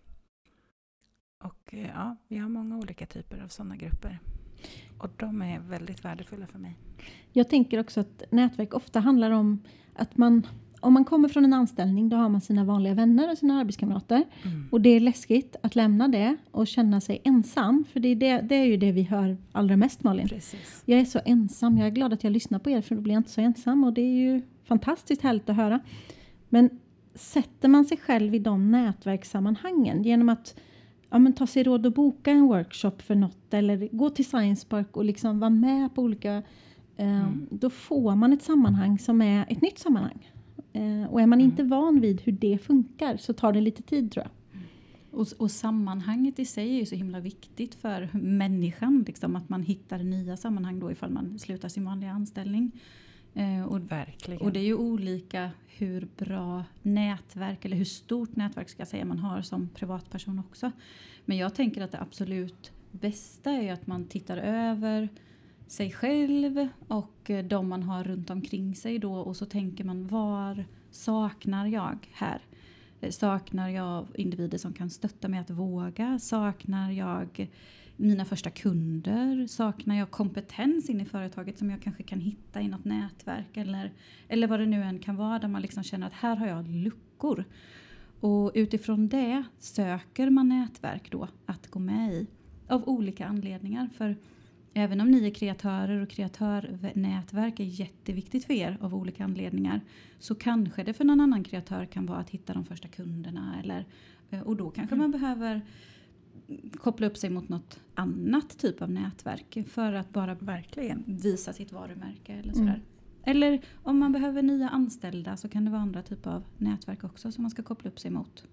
Och ja, vi har många olika typer av sådana grupper. Och de är väldigt värdefulla för mig. Jag tänker också att nätverk ofta handlar om att man, om man kommer från en anställning, då har man sina vanliga vänner och sina arbetskamrater. Mm. Och det är läskigt att lämna det och känna sig ensam. För det är, det, det är ju det vi hör allra mest, Malin. Precis. Jag är så ensam. Jag är glad att jag lyssnar på er, för då blir jag inte så ensam. Och det är ju fantastiskt härligt att höra. Men sätter man sig själv i de nätverkssammanhangen genom att ja, men ta sig råd och boka en workshop för något, eller gå till Science Park och liksom vara med på olika, eh, mm. då får man ett sammanhang som är ett nytt sammanhang. Eh, och är man mm. inte van vid hur det funkar, så tar det lite tid, tror jag. Och, och sammanhanget i sig är ju så himla viktigt för människan, liksom, att man hittar nya sammanhang då ifall man slutar sin vanliga anställning. Eh, och, Verkligen. Och det är ju olika hur bra nätverk, eller hur stort nätverk ska jag säga, man har som privatperson också. Men jag tänker att det absolut bästa är att man tittar över sig själv och de man har runt omkring sig då. Och så tänker man, var saknar jag här? Saknar jag individer som kan stötta mig att våga? Saknar jag mina första kunder? Saknar jag kompetens in i företaget som jag kanske kan hitta i något nätverk? Eller, eller vad det nu än kan vara, där man liksom känner att här har jag luckor. Och utifrån det söker man nätverk då att gå med i. Av olika anledningar. För även om ni är kreatörer och kreatörnätverk är jätteviktigt för er av olika anledningar, så kanske det för någon annan kreatör kan vara att hitta de första kunderna. Eller, och då kanske mm. man behöver koppla upp sig mot något annat typ av nätverk för att bara verkligen visa sitt varumärke eller sådär. Mm. Eller om man behöver nya anställda, så kan det vara andra typer av nätverk också som man ska koppla upp sig mot.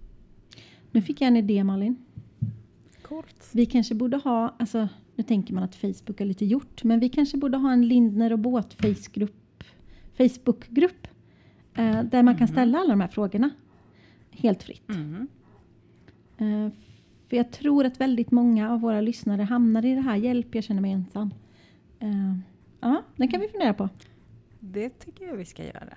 Nu fick jag en idé, Malin. Coolt. Vi kanske borde ha, alltså nu tänker man att Facebook är lite gjort, men vi kanske borde ha en Lindner och Båt Facebookgrupp eh, där man kan ställa alla de här frågorna helt fritt. Mm. Eh, För jag tror att väldigt många av våra lyssnare hamnar i det här. Hjälp, jag känner mig ensam. Uh, ja, den kan vi fundera på. Det tycker jag vi ska göra.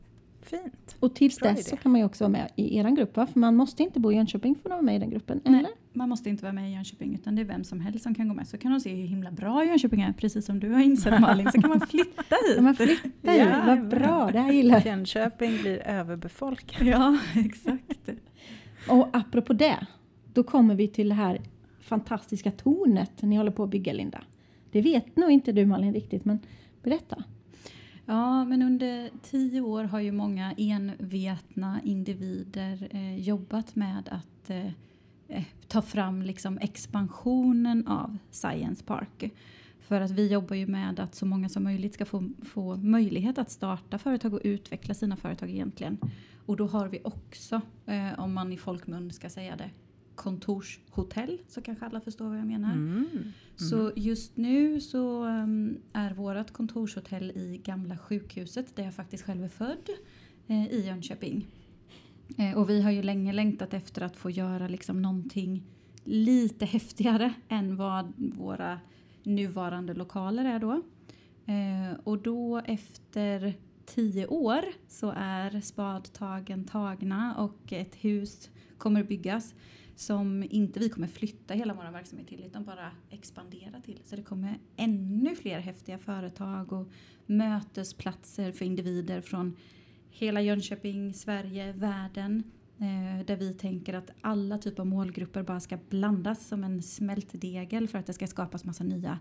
Fint. Och tills Bra dess idé. så kan man ju också vara med i er grupp. Va? För man måste inte bo i Jönköping för att vara med i den gruppen. Eller? Nej, man måste inte vara med i Jönköping utan det är vem som helst som kan gå med. Så kan de se hur himla bra Jönköping är, precis som du har insett Malin. Så kan man flytta hit. Kan man flytta hit? Ja, Vad bra, det här gillar jag. Jönköping blir överbefolkad. Ja, exakt. Och apropå det, då kommer vi till det här fantastiska tornet ni håller på att bygga, Linda. Det vet nog inte du, Malin, riktigt, men berätta. Ja, men under tio år har ju många envetna individer eh, jobbat med att eh, ta fram liksom expansionen av Science Park. För att vi jobbar ju med att så många som möjligt ska få, få möjlighet att starta företag och utveckla sina företag egentligen. Och då har vi också, eh, om man i folkmun ska säga det, kontorshotell, så kanske alla förstår vad jag menar. Mm. Mm. Så just nu så um, är vårt kontorshotell i Gamla sjukhuset där jag faktiskt själv är född eh, i Jönköping. Eh, och vi har ju länge längtat efter att få göra liksom någonting lite häftigare än vad våra nuvarande lokaler är då. Eh, och då efter tio år så är spadtagen tagna och ett hus kommer byggas som inte vi kommer flytta hela vår verksamhet till utan bara expandera till. Så det kommer ännu fler häftiga företag och mötesplatser för individer från hela Jönköping, Sverige, världen. Eh, där vi tänker att alla typer av målgrupper bara ska blandas som en smältdegel för att det ska skapas massa nya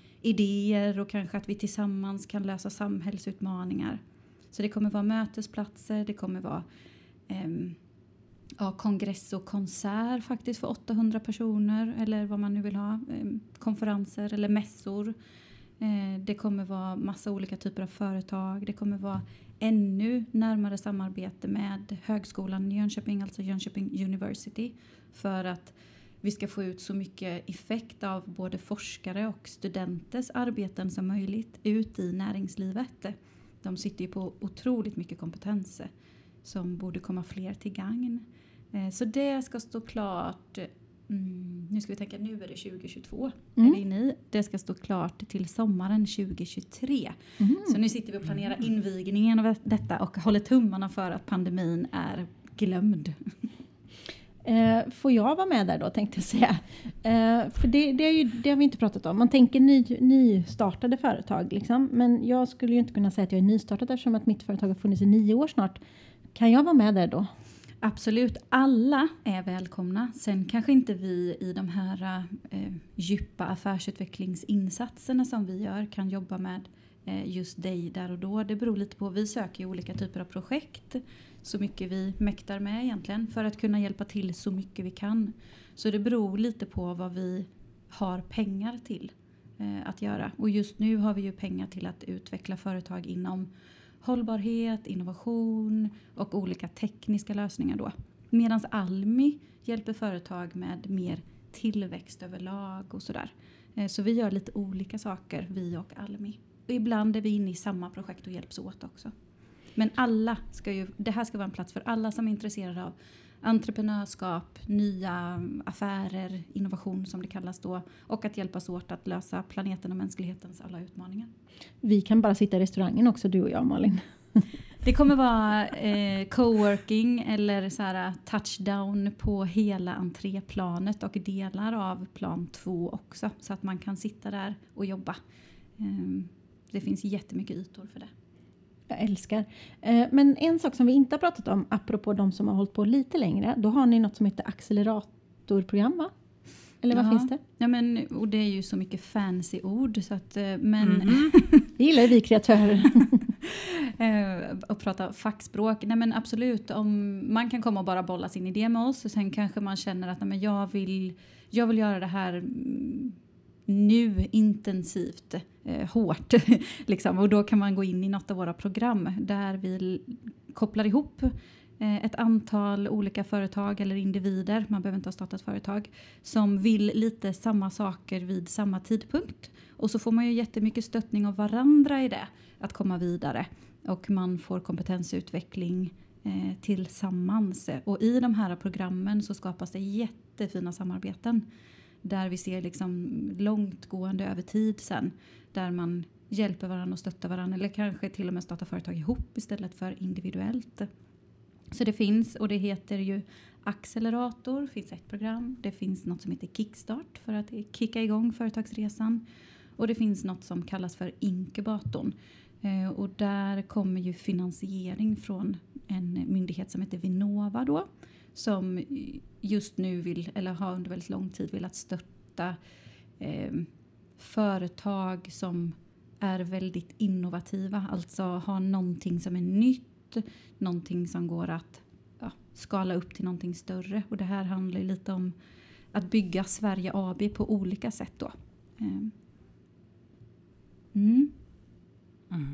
idéer och kanske att vi tillsammans kan lösa samhällsutmaningar. Så det kommer vara mötesplatser, det kommer vara ehm, ja, kongress och konsert faktiskt för åttahundra personer eller vad man nu vill ha. Ehm, konferenser eller mässor. Ehm, det kommer vara massa olika typer av företag. Det kommer vara ännu närmare samarbete med högskolan i Jönköping, alltså Jönköping University. För att vi ska få ut så mycket effekt av både forskare och studenters arbeten som möjligt ut i näringslivet. De sitter ju på otroligt mycket kompetens som borde komma fler till gagn. Så det ska stå klart, mm, nu ska vi tänka, nu är det tjugo tjugotvå, mm. är vi inne i. Det ska stå klart till sommaren tjugo tjugotre. Mm. Så nu sitter vi och planerar invigningen av detta och håller tummarna för att pandemin är glömd. Eh, får jag vara med där då, tänkte jag säga. Eh, för det, det, är ju, det har vi inte pratat om. Man tänker ny, nystartade företag. Liksom. Men jag skulle ju inte kunna säga att jag är nystartad eftersom att mitt företag har funnits i nio år snart. Kan jag vara med där då? Absolut, alla är välkomna. Sen kanske inte vi i de här eh, djupa affärsutvecklingsinsatserna som vi gör kan jobba med eh, just dig där och då. Det beror lite på, vi söker ju olika typer av projekt. Så mycket vi mäktar med egentligen för att kunna hjälpa till så mycket vi kan. Så det beror lite på vad vi har pengar till eh, att göra. Och just nu har vi ju pengar till att utveckla företag inom hållbarhet, innovation och olika tekniska lösningar då. Medan Almi hjälper företag med mer tillväxt överlag och sådär. Eh, så vi gör lite olika saker, vi och Almi. Och ibland är vi inne i samma projekt och hjälps åt också. Men alla ska ju, det här ska vara en plats för alla som är intresserade av entreprenörskap, nya affärer, innovation som det kallas då. Och att hjälpas åt att lösa planeten och mänsklighetens alla utmaningar. Vi kan bara sitta i restaurangen också, du och jag, Malin. Det kommer vara eh, coworking eller så här touchdown på hela entréplanet och delar av plan två också. Så att man kan sitta där och jobba. Eh, det finns jättemycket ytor för det. Jag älskar. Men en sak som vi inte har pratat om, apropå de som har hållit på lite längre, då har ni något som heter acceleratorprogram, va? Eller vad ja. finns det? Ja, men, och det är ju så mycket fancy ord. Så att, men... Mm. Det gillar vi kreatörer. och prata fackspråk. Nej, men absolut, om man kan komma och bara bolla sin idé med oss. Och sen kanske man känner att nej, men jag, vill, jag vill göra det här nu intensivt, eh, hårt. liksom. Och då kan man gå in i något av våra program där vi kopplar ihop eh, ett antal olika företag eller individer, man behöver inte ha startat företag, som vill lite samma saker vid samma tidpunkt. Och så får man ju jättemycket stöttning av varandra i det, att komma vidare. Och man får kompetensutveckling eh, tillsammans. Och i de här programmen så skapas det jättefina samarbeten. Där vi ser liksom långtgående över tid sen. Där man hjälper varandra och stöttar varandra. Eller kanske till och med startar företag ihop istället för individuellt. Så det finns, och det heter ju Accelerator, finns ett program. Det finns något som heter Kickstart för att kicka igång företagsresan. Och det finns något som kallas för Inkubatorn. Eh, och där kommer ju finansiering från en myndighet som heter Vinnova då. Som just nu vill, eller har under väldigt lång tid velat stötta eh, företag som är väldigt innovativa. Alltså har någonting som är nytt, någonting som går att ja, skala upp till någonting större. Och det här handlar ju lite om att bygga Sverige A B på olika sätt då. Eh. Mm. Mm.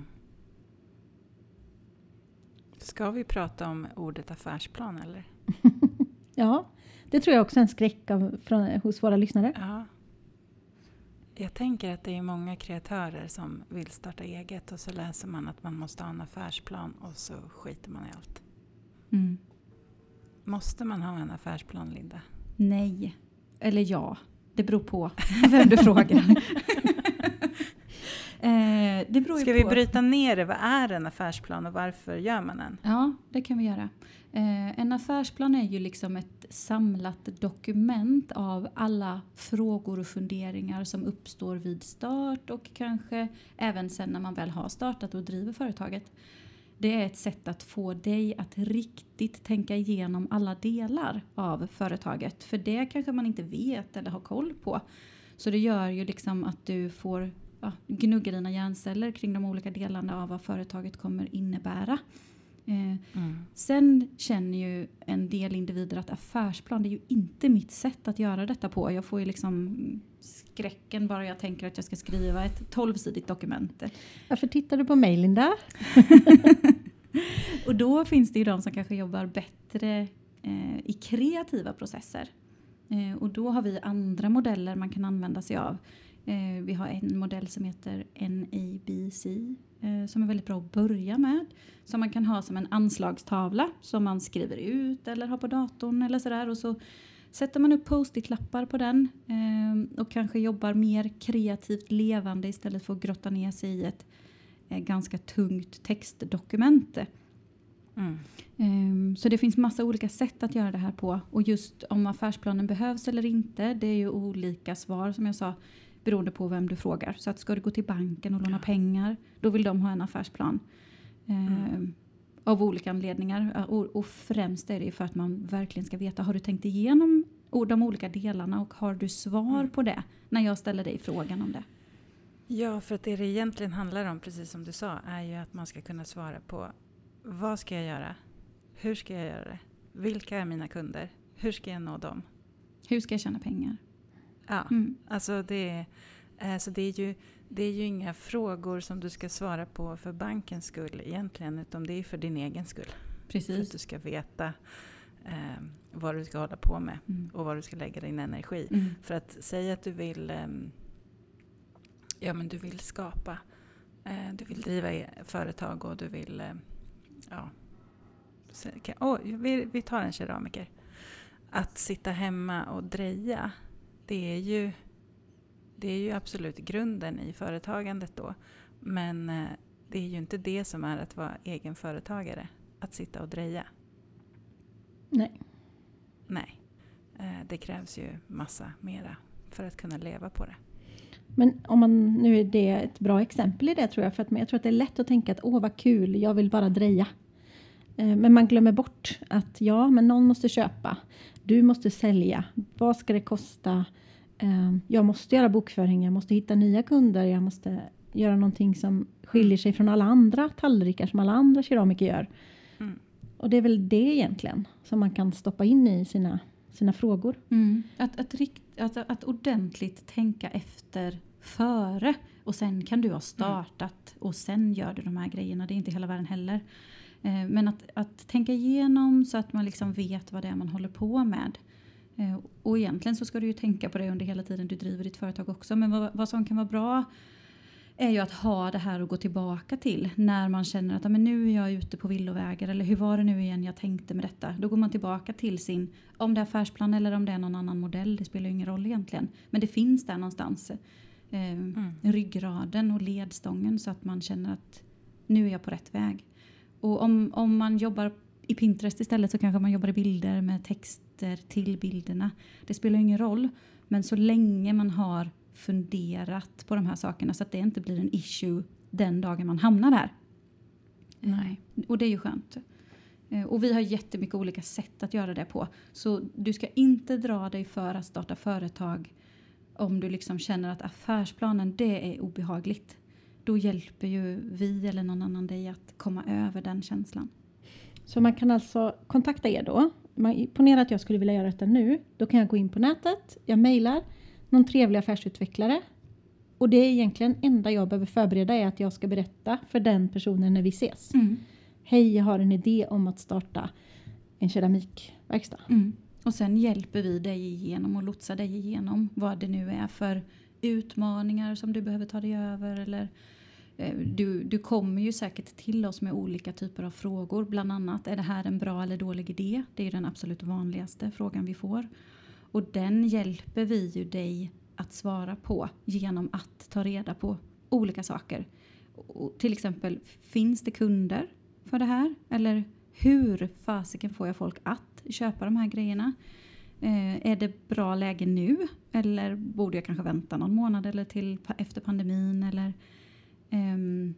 Ska vi prata om ordet affärsplan eller? Ja, det tror jag också är en skräck av, från, hos våra lyssnare. Ja. Jag tänker att det är många kreatörer som vill starta eget och så läser man att man måste ha en affärsplan och så skiter man i allt. Mm. Måste man ha en affärsplan, Linda? Nej, eller ja. Det beror på vem du frågar. eh, det beror ju Ska på. vi bryta ner det? Vad är en affärsplan och varför gör man den? Ja, det kan vi göra. Eh, en affärsplan är ju liksom ett samlat dokument av alla frågor och funderingar som uppstår vid start och kanske även sen när man väl har startat och driver företaget. Det är ett sätt att få dig att riktigt tänka igenom alla delar av företaget. För det kanske man inte vet eller har koll på. Så det gör ju liksom att du får ja, gnugga dina hjärnceller kring de olika delarna av vad företaget kommer innebära. Eh, Mm. Sen känner ju en del individer att affärsplan, det är ju inte mitt sätt att göra detta på. Jag får ju liksom skräcken bara jag tänker att jag ska skriva ett tolvsidigt dokument. Varför tittar du på mig, Linda? Och då finns det ju de som kanske jobbar bättre eh, i kreativa processer. Eh, och då har vi andra modeller man kan använda sig av. Eh, vi har en modell som heter N A B C eh, som är väldigt bra att börja med. Som man kan ha som en anslagstavla som man skriver ut eller har på datorn eller sådär. Och så sätter man upp post-it-lappar på den eh, och kanske jobbar mer kreativt levande istället för att grotta ner sig i ett eh, ganska tungt textdokument. Mm. Um, så det finns massa olika sätt att göra det här på. Och just om affärsplanen behövs eller inte, det är ju olika svar som jag sa, beroende på vem du frågar. Så att ska du gå till banken och låna Ja. pengar, då vill de ha en affärsplan. Um, Mm. Av olika anledningar. Och, och främst är det för att man verkligen ska veta, har du tänkt igenom de olika delarna och har du svar Mm. på det när jag ställer dig frågan om det? Ja, för att det det egentligen handlar om, precis som du sa, är ju att man ska kunna svara på vad ska jag göra? Hur ska jag göra det? Vilka är mina kunder? Hur ska jag nå dem? Hur ska jag tjäna pengar? Ja, Mm. alltså det, alltså det, är ju, det är ju inga frågor som du ska svara på för bankens skull egentligen, utan det är för din egen skull. För att Precis. du ska veta eh, vad du ska hålla på med Mm. och vad du ska lägga din energi. Mm. För att säga att du vill, eh, ja, men du vill skapa, eh, du vill driva e- företag och du vill, eh, ja, så, okay. oh, vi, vi tar en keramiker. Att sitta hemma och dreja, det är ju, det är ju absolut grunden i företagandet då. Men eh, det är ju inte det som är att vara egen företagare, att sitta och dreja. Nej. Nej, eh, det krävs ju massa mera för att kunna leva på det. Men om man, nu är det ett bra exempel i det tror jag. För att jag tror att det är lätt att tänka att åh vad kul, jag vill bara dreja. Eh, Men man glömmer bort att ja, men någon måste köpa. Du måste sälja. Vad ska det kosta? Eh, Jag måste göra bokföring. Jag måste hitta nya kunder. Jag måste göra någonting som skiljer sig från alla andra tallrikar som alla andra keramiker gör. Mm. Och det är väl det egentligen som man kan stoppa in i sina, sina frågor. Mm. Att, att, rikt, att, att ordentligt tänka efter före. Och sen kan du ha startat och sen gör du de här grejerna. Det är inte hela världen heller. Eh, men att, att tänka igenom så att man liksom vet vad det är man håller på med. Eh, och egentligen så ska du ju tänka på det under hela tiden du driver ditt företag också. Men vad, vad som kan vara bra är ju att ha det här att gå tillbaka till när man känner att men nu är jag ute på villovägar, eller hur var det nu igen jag tänkte med detta. Då går man tillbaka till sin, om det är affärsplan eller om det är någon annan modell, det spelar ju ingen roll egentligen. Men det finns där någonstans, eh, mm. ryggraden och ledstången, så att man känner att nu är jag på rätt väg. Och om, om man jobbar i Pinterest istället, så kanske man jobbar i bilder med texter till bilderna. Det spelar ju ingen roll, men så länge man har funderat på de här sakerna så att det inte blir en issue den dagen man hamnar där. Nej. Och det är ju skönt. Och vi har jättemycket olika sätt att göra det på. Så du ska inte dra dig för att starta företag om du liksom känner att affärsplanen, det är obehagligt. Då hjälper ju vi eller någon annan dig att komma över den känslan. Så man kan alltså kontakta er då. Man, ponera att jag skulle vilja göra detta nu. Då kan jag gå in på nätet. Jag mejlar någon trevlig affärsutvecklare. Och det är egentligen enda jag behöver förbereda är att jag ska berätta för den personen när vi ses. Mm. Hej, jag har en idé om att starta en keramikverkstad. Mm. Och sen hjälper vi dig igenom och lotsar dig igenom vad det nu är för utmaningar som du behöver ta dig över. Eller, eh, du, du kommer ju säkert till oss med olika typer av frågor. Bland annat, är det här en bra eller dålig idé? Det är den absolut vanligaste frågan vi får. Och den hjälper vi ju dig att svara på genom att ta reda på olika saker. Och till exempel, finns det kunder för det här? Eller hur fasiken får jag folk att köpa de här grejerna? Eh, är det bra läge nu? Eller borde jag kanske vänta någon månad eller till efter pandemin? Eller ehm,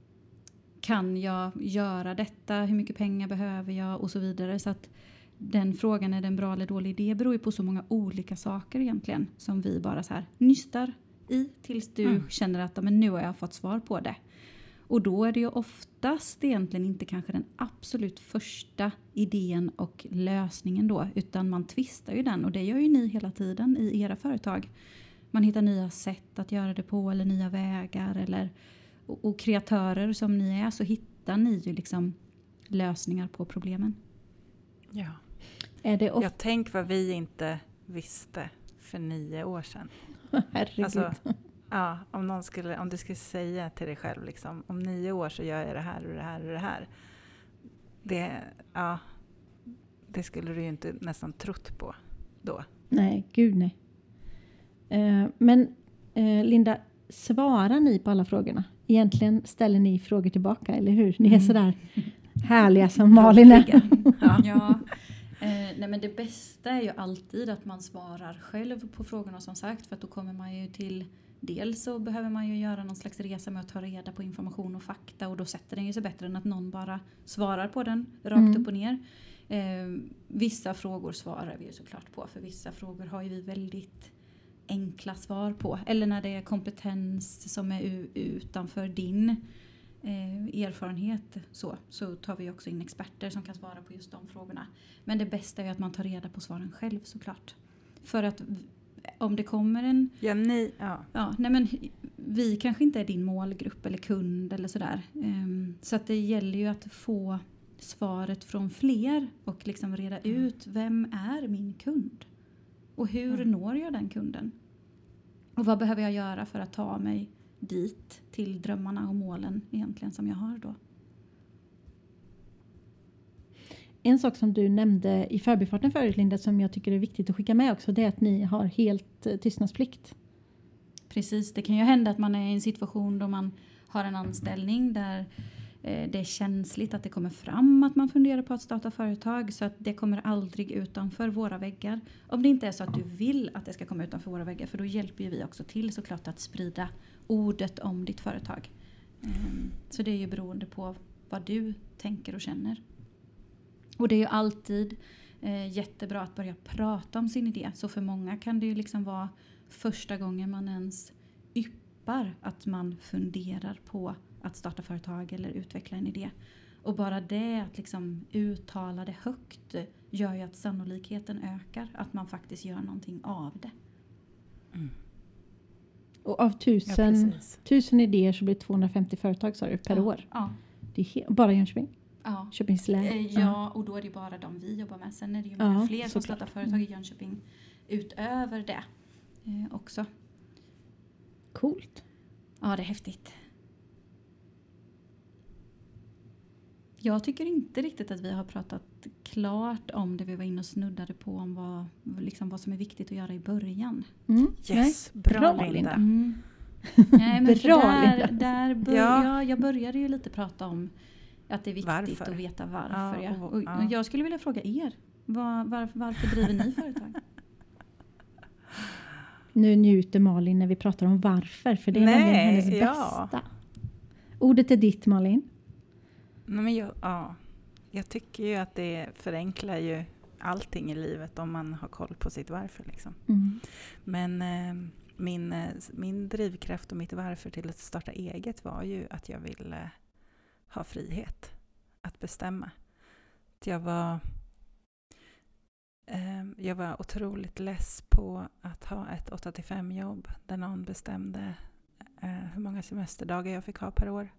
kan jag göra detta? Hur mycket pengar behöver jag? Och så vidare. Så att den frågan, är den bra eller dålig idé, beror ju på så många olika saker egentligen. Som vi bara så här nystar i tills du mm. känner att men nu har jag fått svar på det. Och då är det ju oftast egentligen inte kanske den absolut första idén och lösningen då. Utan man twistar ju den, och det gör ju ni hela tiden i era företag. Man hittar nya sätt att göra det på eller nya vägar. Eller, och, och kreatörer som ni är, så hittar ni ju liksom lösningar på problemen. Ja. Är det of- Jag tänk vad vi inte visste för nio år sedan. Herregud. Alltså, ja, om, någon skulle, om du skulle säga till dig själv liksom, om nio år så gör jag det här och det här och det här. Det, ja, det skulle du ju inte nästan trott på då. Nej, gud nej. Uh, men uh, Linda, svarar ni på alla frågorna? Egentligen ställer ni frågor tillbaka, eller hur? Ni är mm. sådär härliga som Malin är. Ja. ja. Eh, nej men det bästa är ju alltid att man svarar själv på frågorna, som sagt. För att då kommer man ju till, dels så behöver man ju göra någon slags resa med att ta reda på information och fakta. Och då sätter den ju sig bättre än att någon bara svarar på den rakt mm. upp och ner. Eh, vissa frågor svarar vi ju såklart på. För vissa frågor har ju vi väldigt enkla svar på. Eller när det är kompetens som är u- utanför din Eh, erfarenhet så, så tar vi också in experter som kan svara på just de frågorna. Men det bästa är att man tar reda på svaren själv, såklart. För att om det kommer en... Ja, ni, ja. Ja, nej men vi kanske inte är din målgrupp eller kund eller sådär. Um, så att det gäller ju att få svaret från fler och liksom reda mm. ut, vem är min kund? Och hur mm. når jag den kunden? Och vad behöver jag göra för att ta mig dit till drömmarna och målen egentligen som jag har då. En sak som du nämnde i förbifarten förut, Linda, som jag tycker är viktigt att skicka med också, det är att ni har helt eh, tystnadsplikt. Precis, det kan ju hända att man är i en situation då man har en anställning där eh, det är känsligt att det kommer fram att man funderar på att starta företag, så att det kommer aldrig utanför våra väggar. Om det inte är så att du vill att det ska komma utanför våra väggar, för då hjälper ju vi också till såklart att sprida ordet om ditt företag. Mm. Så det är ju beroende på vad du tänker och känner. Och det är ju alltid eh, jättebra att börja prata om sin idé. Så för många kan det ju liksom vara första gången man ens yppar att man funderar på att starta företag eller utveckla en idé. Och bara det, att liksom uttala det högt, gör ju att sannolikheten ökar att man faktiskt gör någonting av det. Mm. Och av tusen, ja, tusen idéer så blir det tvåhundrafemtio företag, sa du, per ja, år. Ja. Det är he- bara Jönköping? Ja. Köpings län? Eh, ja, och då är det bara de vi jobbar med. Sen är det ju många ja, fler som startar företag i Jönköping utöver det eh, också. Coolt. Ja, det är häftigt. Jag tycker inte riktigt att vi har pratat klart om det vi var inne och snuddade på. Om vad, liksom vad som är viktigt att göra i början. Mm. Yes, Nej. bra, Bra, Linda. Linda. Mm. Nej, men för Bra, där, Linda. där bör, Ja. ja, jag började ju lite prata om att det är viktigt Varför? att veta varför. Ja, Ja, och- och, ja. och jag skulle vilja fråga er. Var, varför, varför driver ni företag? Nu njuter Malin när vi pratar om varför. För det är Nej, nämligen hennes ja. bästa. Ordet är ditt, Malin. Nej, men jag, ja. jag tycker ju att det förenklar ju allting i livet om man har koll på sitt varför. Liksom. Mm. Men eh, min, eh, min drivkraft och mitt varför till att starta eget var ju att jag ville ha frihet att bestämma. Att jag var eh, jag var otroligt less på att ha ett åtta till fem jobb där någon bestämde eh, hur många semesterdagar jag fick ha per år.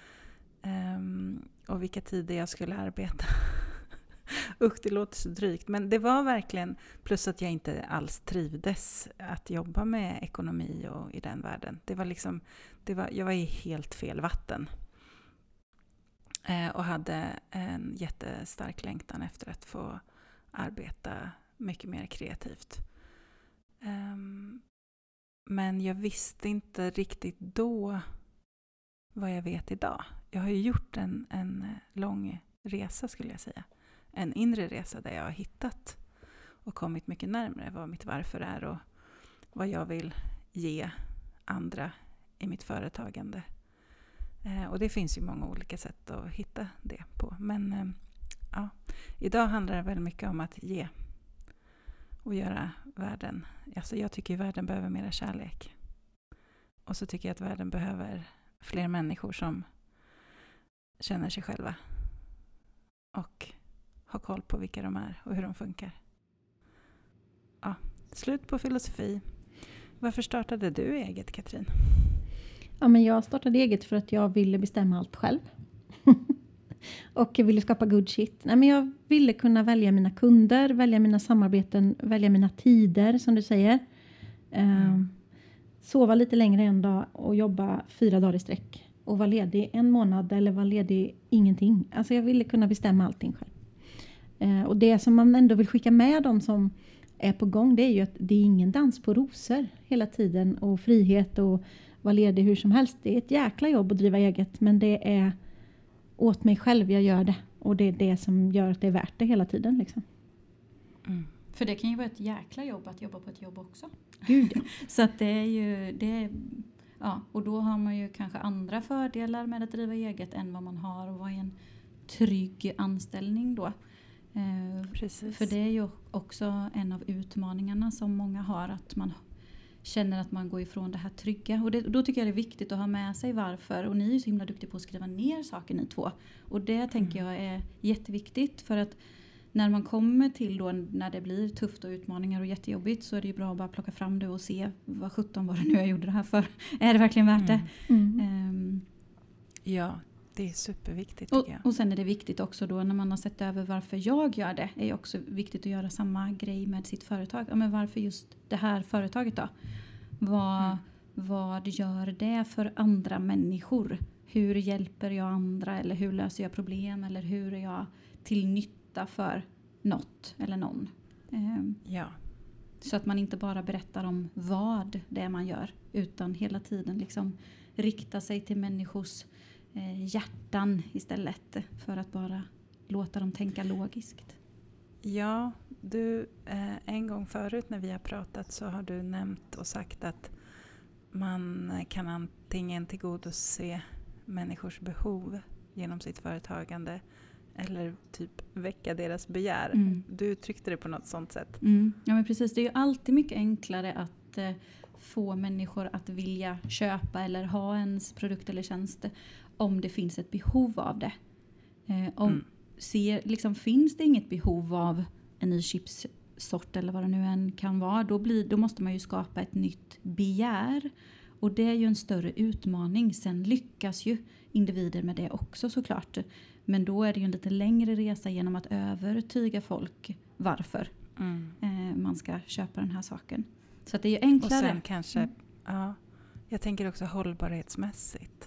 Um, och vilka tider jag skulle arbeta. Usch, det låter så drygt. Men det var verkligen, plus att jag inte alls trivdes att jobba med ekonomi och i den världen. Det var liksom, det var, jag var i helt fel vatten. Eh, och hade en jättestark längtan efter att få arbeta mycket mer kreativt. Um, men jag visste inte riktigt då vad jag vet idag. Jag har ju gjort en, en lång resa, skulle jag säga. En inre resa där jag har hittat och kommit mycket närmare vad mitt varför är och vad jag vill ge andra i mitt företagande. Eh, och det finns ju många olika sätt att hitta det på. Men eh, ja, idag handlar det väldigt mycket om att ge och göra världen. Alltså jag tycker världen behöver mera kärlek. Och så tycker jag att världen behöver fler människor som känner sig själva och har koll på vilka de är och hur de funkar. Ja, slut på filosofi. Varför startade du eget, Katrin? Ja, men jag startade eget för att jag ville bestämma allt själv. Och jag ville skapa good shit. Nej, men jag ville kunna välja mina kunder, välja mina samarbeten, välja mina tider, som du säger. Mm. Um, sova lite längre en dag och jobba fyra dagar i sträck. Och vara ledig en månad eller vara ledig ingenting. Alltså jag ville kunna bestämma allting själv. Uh, och det som man ändå vill skicka med dem som är på gång, det är ju att det är ingen dans på rosor hela tiden. Och frihet och vara ledig hur som helst. Det är ett jäkla jobb att driva eget, men det är åt mig själv jag gör det. Och det är det som gör att det är värt det hela tiden. Liksom. Mm. För det kan ju vara ett jäkla jobb att jobba på ett jobb också. Gud, ja. Så att det är ju... Det är, ja, och då har man ju kanske andra fördelar med att driva eget än vad man har och vara i en trygg anställning då. Eh, Precis. För det är ju också en av utmaningarna som många har, att man känner att man går ifrån det här trygga. Och det, då tycker jag det är viktigt att ha med sig varför. Och ni är ju så himla duktiga på att skriva ner saker ni två. Och det mm. tänker jag är jätteviktigt. För att när man kommer till då när det blir tufft och utmaningar och jättejobbigt, så är det ju bra att bara plocka fram det och se vad sjutton var det nu jag gjorde det här för. Är det verkligen värt det? Mm. Um, ja, det är superviktigt och, tycker jag. och sen är det viktigt också då när man har sett över varför jag gör det, är ju också viktigt att göra samma grej med sitt företag. Ja, men varför just det här företaget då? Vad, mm. vad gör det för andra människor? Hur hjälper jag andra? Eller hur löser jag problem? Eller hur är jag till nytta för något eller någon? Um, ja. Så att man inte bara berättar om vad det är man gör, utan hela tiden liksom rikta sig till människors eh, hjärtan istället för att bara låta dem tänka logiskt. Ja, du, eh, en gång förut när vi har pratat så har du nämnt och sagt att man kan antingen tillgodose människors behov genom sitt företagande eller typ väcka deras begär. Mm. Du tryckte det på något sånt sätt. Mm. Ja, men precis. Det är ju alltid mycket enklare att eh, få människor att vilja köpa eller ha ens produkt eller tjänst om det finns ett behov av det. Eh, om mm. ser, liksom, finns det inget behov av en ny chipssort eller vad det nu än kan vara, då, blir, då måste man ju skapa ett nytt begär. Och det är ju en större utmaning. Sen lyckas ju individer med det också såklart. Men då är det ju en lite längre resa genom att övertyga folk varför mm. eh, man ska köpa den här saken. Så att det är ju enklare. Och sen kanske, mm. ja, Jag tänker också hållbarhetsmässigt.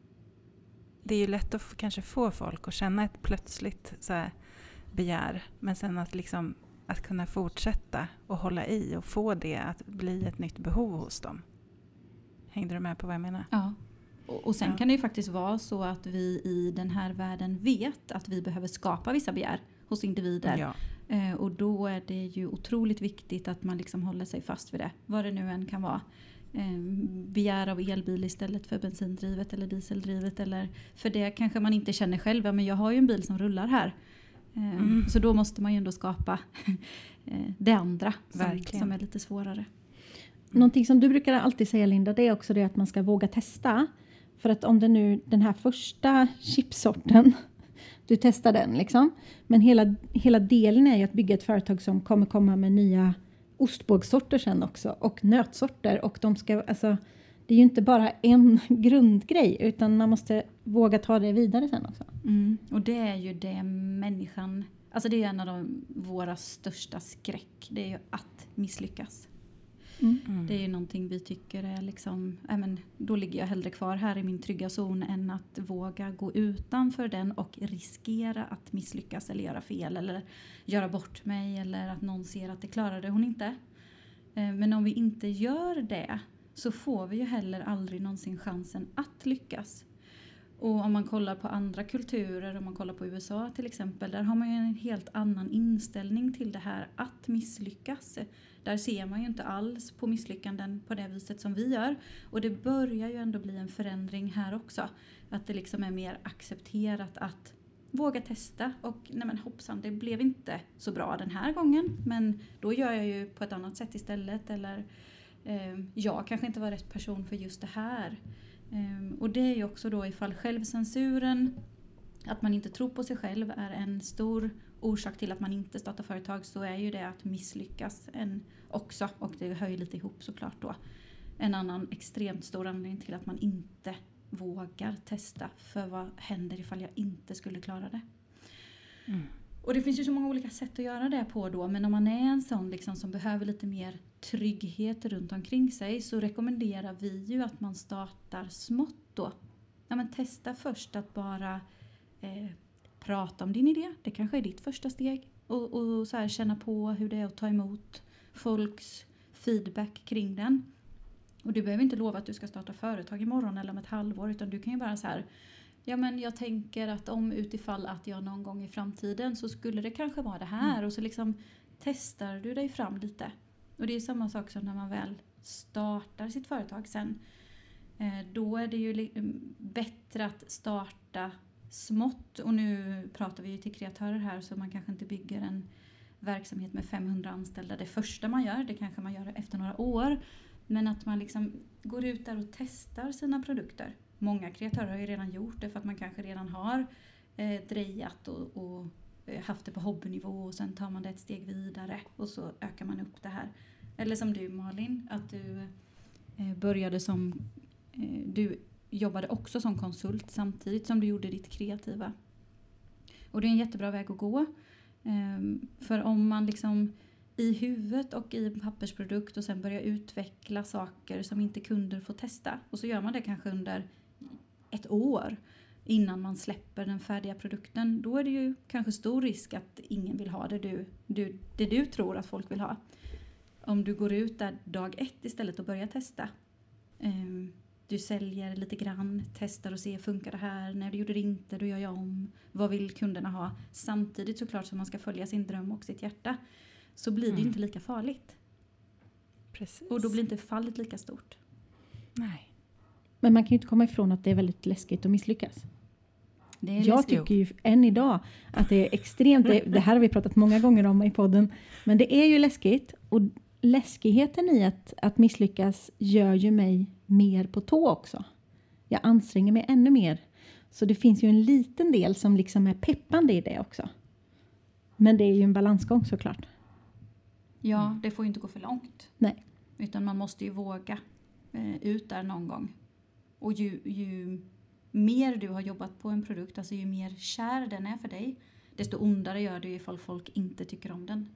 Det är ju lätt att f- kanske få folk att känna ett plötsligt så här begär. Men sen att, liksom, att kunna fortsätta och hålla i och få det att bli ett nytt behov hos dem. Hängde du med på vad jag menar? Ja. Och, och sen Ja. kan det ju faktiskt vara så att vi i den här världen vet att vi behöver skapa vissa begär hos individer. Ja. Eh, och då är det ju otroligt viktigt att man liksom håller sig fast vid det. Vad det nu än kan vara. Eh, begär av elbil istället för bensindrivet eller dieseldrivet. Eller, för det kanske man inte känner själv. Men jag har ju en bil som rullar här. Eh, Mm. Så då måste man ju ändå skapa eh, det andra som, Verkligen. som är lite svårare. Någonting som du brukar alltid säga, Linda, det är också det att man ska våga testa. För att om det nu den här första chipsorten, du testar den liksom. Men hela, hela delen är ju att bygga ett företag som kommer komma med nya ostbågssorter sen också. Och nötsorter. Och de ska, alltså, det är ju inte bara en grundgrej, utan man måste våga ta det vidare sen också. Mm. Och det är ju det människan, alltså det är en av de, våra största skräck. Det är ju att misslyckas. Mm. Mm. Det är ju någonting vi tycker är liksom, äh men, då ligger jag hellre kvar här i min trygga zon än att våga gå utanför den och riskera att misslyckas eller göra fel eller göra bort mig eller att någon ser att det klarade hon inte. Eh, Men om vi inte gör det så får vi ju heller aldrig någonsin chansen att lyckas. Och om man kollar på andra kulturer, om man kollar på U S A till exempel, där har man ju en helt annan inställning till det här att misslyckas. Där ser man ju inte alls på misslyckanden på det viset som vi gör. Och det börjar ju ändå bli en förändring här också. Att det liksom är mer accepterat att våga testa. Och nej men hoppsan, det blev inte så bra den här gången. Men då gör jag ju på ett annat sätt istället. Eller eh, jag kanske inte var rätt person för just det här. Um, och det är ju också då ifall självcensuren, att man inte tror på sig själv, är en stor orsak till att man inte startar företag, så är ju det att misslyckas en också, och det hör ju lite ihop såklart då. En annan extremt stor anledning till att man inte vågar testa, för vad händer ifall jag inte skulle klara det? Mm. Och det finns ju så många olika sätt att göra det på då. Men om man är en sån liksom som behöver lite mer trygghet runt omkring sig, så rekommenderar vi ju att man startar smått då. Ja, men testa först att bara eh, prata om din idé. Det kanske är ditt första steg. Och, och så här, känna på hur det är att ta emot folks feedback kring den. Och du behöver inte lova att du ska starta företag imorgon eller om ett halvår. Utan du kan ju bara så här... Ja, men jag tänker att om utifall att jag någon gång i framtiden så skulle det kanske vara det här. Mm. Och så liksom testar du dig fram lite. Och det är samma sak som när man väl startar sitt företag sen. Eh, då är det ju li- bättre att starta smått. Och nu pratar vi ju till kreatörer här, så man kanske inte bygger en verksamhet med femhundra anställda det första man gör. Det kanske man gör efter några år. Men att man liksom går ut där och testar sina produkter. Många kreatörer har ju redan gjort det för att man kanske redan har eh, drejat och, och eh, haft det på hobbynivå, och sen tar man det ett steg vidare och så ökar man upp det här. Eller som du, Malin, att du eh, började som, eh, du jobbade också som konsult samtidigt som du gjorde ditt kreativa. Och det är en jättebra väg att gå. Eh, för om man liksom i huvudet och i en pappersprodukt och sen börjar utveckla saker som inte kunder får testa. Och så gör man det kanske under ett år innan man släpper den färdiga produkten. Då är det ju kanske stor risk att ingen vill ha det du, du, det du tror att folk vill ha. Om du går ut där dag ett istället och börjar testa. Um, du säljer lite grann, testar och ser, funkar det här? När du gjorde det inte, då gör jag om. Vad vill kunderna ha? Samtidigt såklart som man ska följa sin dröm och sitt hjärta. Så blir det Mm. ju inte lika farligt. Precis. Och då blir inte fallet lika stort. Nej. Men man kan ju inte komma ifrån att det är väldigt läskigt att misslyckas. Det är Jag läskigt. tycker ju än idag att det är extremt, det, det här har vi pratat många gånger om i podden, men det är ju läskigt, och läskigheten i att, att misslyckas gör ju mig mer på tå också. Jag anstränger mig ännu mer. Så det finns ju en liten del som liksom är peppande i det också. Men det är ju en balansgång såklart. Ja, det får ju inte gå för långt. Nej. Utan man måste ju våga eh, ut där någon gång. Och ju, ju mer du har jobbat på en produkt, alltså ju mer kär den är för dig, desto ondare gör det ju ifall folk inte tycker om den.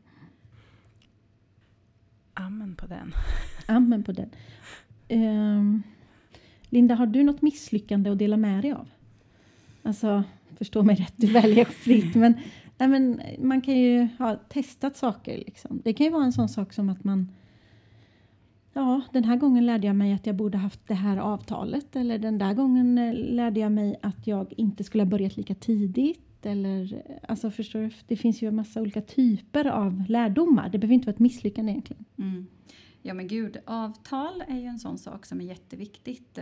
Amen på den. Amen på den. Um, Linda, har du något misslyckande att dela med dig av? Alltså, förstå mig rätt, du väljer fritt. Men, nej, men man kan ju ha testat saker. Liksom. Det kan ju vara en sån sak som att man... Ja, den här gången lärde jag mig att jag borde haft det här avtalet. Eller den där gången lärde jag mig att jag inte skulle ha börjat lika tidigt. Eller, alltså förstår du? Det finns ju en massa olika typer av lärdomar. Det behöver inte vara ett misslyckande egentligen. Mm. Ja men gud, avtal är ju en sån sak som är jätteviktigt.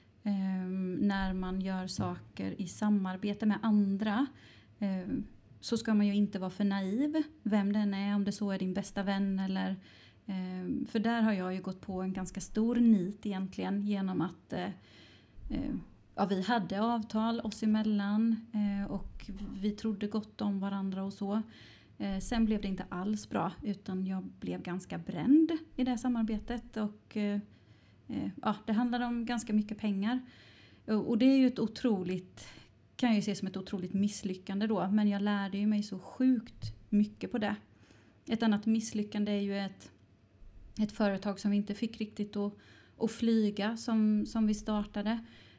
Um, när man gör saker i samarbete med andra um, så ska man ju inte vara för naiv. Vem den är, om det så är din bästa vän eller... Um, för där har jag ju gått på en ganska stor nit egentligen genom att... Uh, uh, Ja, vi hade avtal oss emellan eh, och vi trodde gott om varandra och så. Eh, sen blev det inte alls bra utan jag blev ganska bränd i det här samarbetet. Och eh, ja, det handlade om ganska mycket pengar. Och, och det är ju ett otroligt, kan jag ju se som ett otroligt misslyckande då. Men jag lärde ju mig så sjukt mycket på det. Ett annat misslyckande är ju ett, ett företag som vi inte fick riktigt att, att flyga som, som vi startade.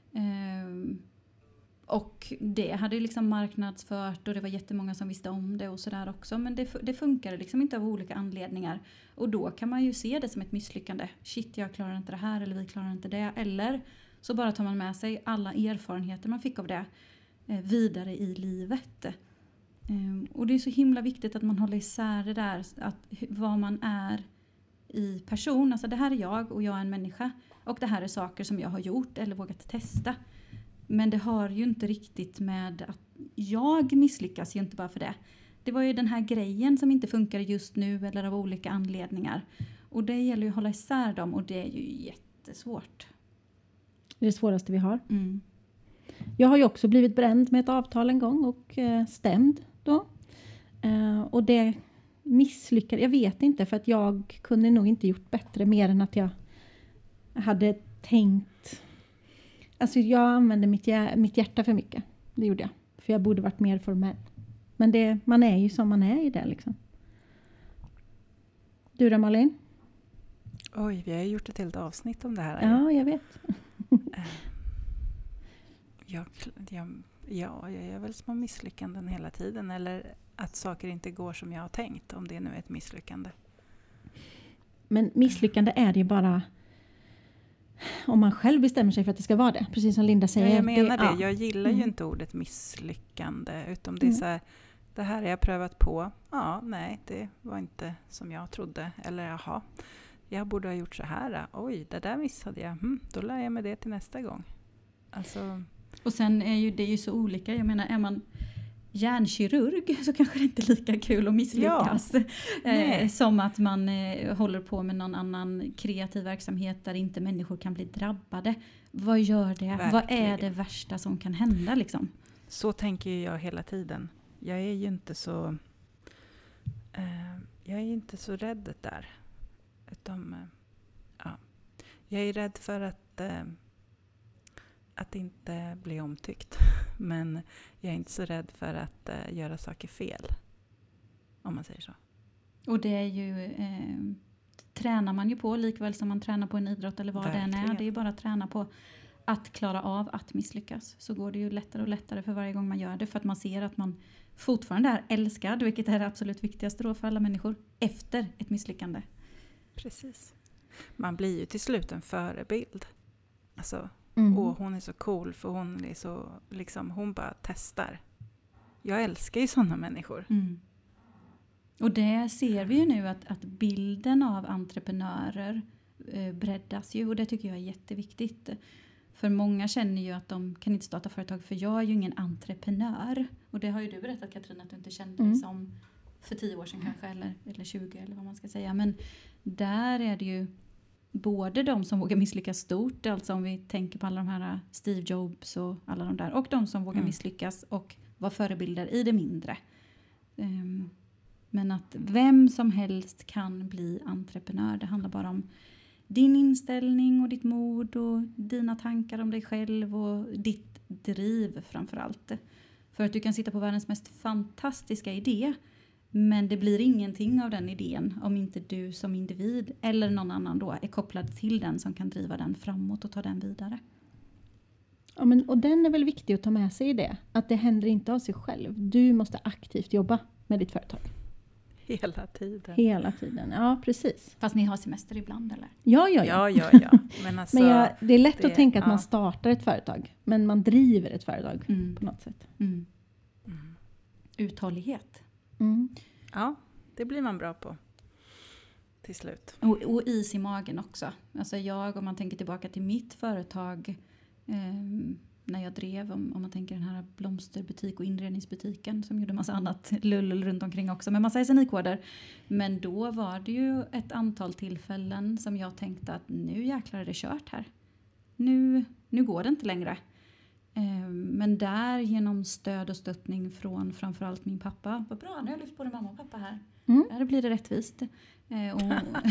Um, och det hade ju liksom marknadsfört och det var jättemånga som visste om det och sådär också. Men det, det funkade liksom inte av olika anledningar. Och då kan man ju se det som ett misslyckande. Shit, jag klarar inte det här eller vi klarar inte det. Eller så bara tar man med sig alla erfarenheter man fick av det eh, vidare i livet. Um, och det är så himla viktigt att man håller isär det där. Att, vad man är i person. Alltså det här är jag och jag är en människa. Och det här är saker som jag har gjort eller vågat testa. Men det har ju inte riktigt med att jag misslyckas ju inte bara för det. Det var ju den här grejen som inte funkar just nu eller av olika anledningar. Och det gäller ju att hålla isär dem och det är ju jättesvårt. Det är det svåraste vi har. Mm. Jag har ju också blivit bränd med ett avtal en gång och eh, stämd då. Eh, och det misslyckades, jag vet inte för att jag kunde nog inte gjort bättre mer än att jag hade tänkt, alltså jag använde mitt, hjär, mitt hjärta för mycket. Det gjorde jag. För jag borde varit mer formell. Men det, man är ju som man är i det liksom. Du då Malin? Oj, vi har ju gjort ett helt avsnitt om det här. Ja, jag vet. jag, jag, ja, jag är väl små misslyckanden hela tiden. Eller att saker inte går som jag har tänkt. Om det nu är ett misslyckande. Men misslyckande är det ju bara om man själv bestämmer sig för att det ska vara det. Precis som Linda säger. Ja, jag menar det. Ja. Jag gillar ju mm. inte ordet misslyckande. Utom det är Mm. så här, det här har jag prövat på. Ja, nej, det var inte som jag trodde. Eller jaha, jag borde ha gjort så här. Oj, det där missade jag. Hm, då lär jag mig det till nästa gång. Alltså... Och sen är ju det är ju så olika. Jag menar, är man hjärnkirurg så kanske det inte är lika kul att misslyckas. Ja. Eh, som att man eh, håller på med någon annan kreativ verksamhet där inte människor kan bli drabbade. Vad gör det? Verkligen. Vad är det värsta som kan hända liksom? Så tänker jag hela tiden. Jag är ju inte så eh, jag är inte så rädd där. Utom, eh, ja. Jag är rädd för att eh, att inte bli omtyckt. Men jag är inte så rädd för att uh, göra saker fel. Om man säger så. Och det är ju eh, tränar man ju på likväl som man tränar på en idrott eller vad Verkligen. det än är. Det är bara att träna på att klara av att misslyckas. Så går det ju lättare och lättare för varje gång man gör det. För att man ser att man fortfarande är älskad. Vilket är det absolut viktigaste då för alla människor. Efter ett misslyckande. Precis. Man blir ju till slut en förebild. Alltså... Mm. Och hon är så cool för hon är så liksom, hon bara testar. Jag älskar ju sådana människor. Mm. Och det ser vi ju nu att, att bilden av entreprenörer eh, breddas ju och det tycker jag är jätteviktigt. För många känner ju att de kan inte starta företag för jag är ju ingen entreprenör. Och det har ju du berättat Katrin att du inte kände dig Mm. som för tio år sedan kanske eller, eller tjugo eller vad man ska säga. Men där är det ju både de som vågar misslyckas stort, alltså om vi tänker på alla de här Steve Jobs och alla de där, och de som vågar Mm. misslyckas och vara förebilder i det mindre. Um, men att vem som helst kan bli entreprenör. Det handlar bara om din inställning och ditt mod och dina tankar om dig själv och ditt driv framförallt. För att du kan sitta på världens mest fantastiska idé. Men det blir ingenting av den idén om inte du som individ eller någon annan då är kopplad till den som kan driva den framåt och ta den vidare. Ja, men, och den är väl viktig att ta med sig i det. Att det händer inte av sig själv. Du måste aktivt jobba med ditt företag. Hela tiden. Hela tiden, ja precis. Fast ni har semester ibland eller? Ja, ja, Ja, ja. ja, ja. Men, alltså, Men jag, det är lätt det, att tänka att ja. man startar ett företag. Men man driver ett företag Mm. på något sätt. Mm. Mm. Uthållighet. Mm. Ja, det blir man bra på. Till slut. Och, och is i magen också. Alltså jag, om man tänker tillbaka till mitt företag. Eh, när jag drev, om, om man tänker den här blomsterbutik och inredningsbutiken. Som gjorde massa annat lull runt omkring också. Med massa S N I-koder. Men då var det ju ett antal tillfällen som jag tänkte att nu jäklar är det kört här. Nu, nu går det inte längre. Eh, men där genom stöd och stöttning från framförallt min pappa. Vad bra, nu har jag lyft både mamma och pappa här. Mm. Där blir det rättvist. Eh, och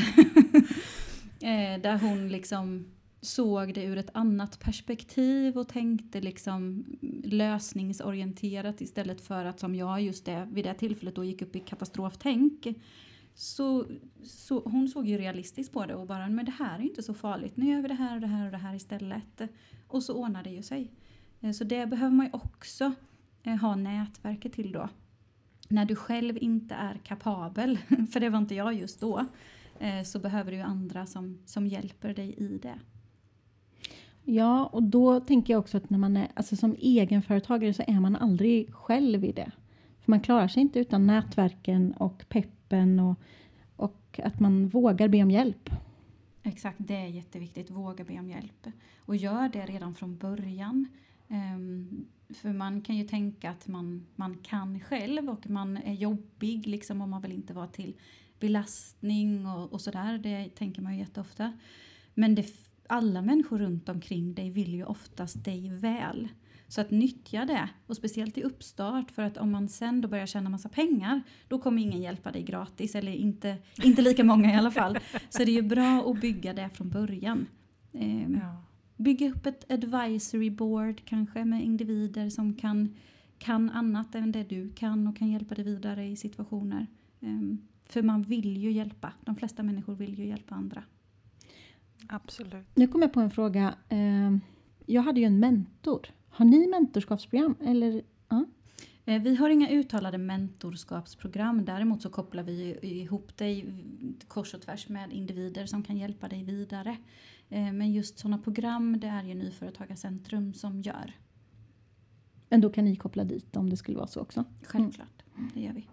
eh, där hon liksom såg det ur ett annat perspektiv och tänkte liksom lösningsorienterat istället för att som jag just det vid det tillfället då gick upp i katastroftänk. Så, så hon såg ju realistiskt på det och bara, men det här är inte så farligt. Nu gör vi det här och det här och det här istället. Och så ordnar det ju sig. Eh, så det behöver man ju också eh, ha nätverket till då. När du själv inte är kapabel, för det var inte jag just då, så behöver du andra som, som hjälper dig i det. Ja, och då tänker jag också att när man är, alltså som egenföretagare så är man aldrig själv i det. För man klarar sig inte utan nätverken och peppen och, och att man vågar be om hjälp. Exakt, det är jätteviktigt. Våga be om hjälp. Och gör det redan från början. Um, för man kan ju tänka att man, man kan själv och man är jobbig liksom, och man vill inte vara till belastning och, och sådär. Det tänker man ju jätteofta. Men det, alla människor runt omkring dig vill ju oftast dig väl. Så att nyttja det. Och speciellt i uppstart. För att om man sen då börjar tjäna massa pengar. Då kommer ingen hjälpa dig gratis. Eller inte, inte lika många i alla fall. Så det är ju bra att bygga det från början. Um, Ja. Bygga upp ett advisory board kanske med individer som kan, kan annat än det du kan och kan hjälpa dig vidare i situationer. Um, för man vill ju hjälpa. De flesta människor vill ju hjälpa andra. Absolut. Nu kommer jag på en fråga. Eh, jag hade ju en mentor. Har ni mentorskapsprogram? Eller, ja? Eh, vi har inga uttalade mentorskapsprogram. Däremot så kopplar vi ihop dig kors och tvärs med individer som kan hjälpa dig vidare. Men just sådana program, det är ju Nyföretagarcentrum som gör. Men då kan ni koppla dit om det skulle vara så också. Självklart, mm. det gör vi.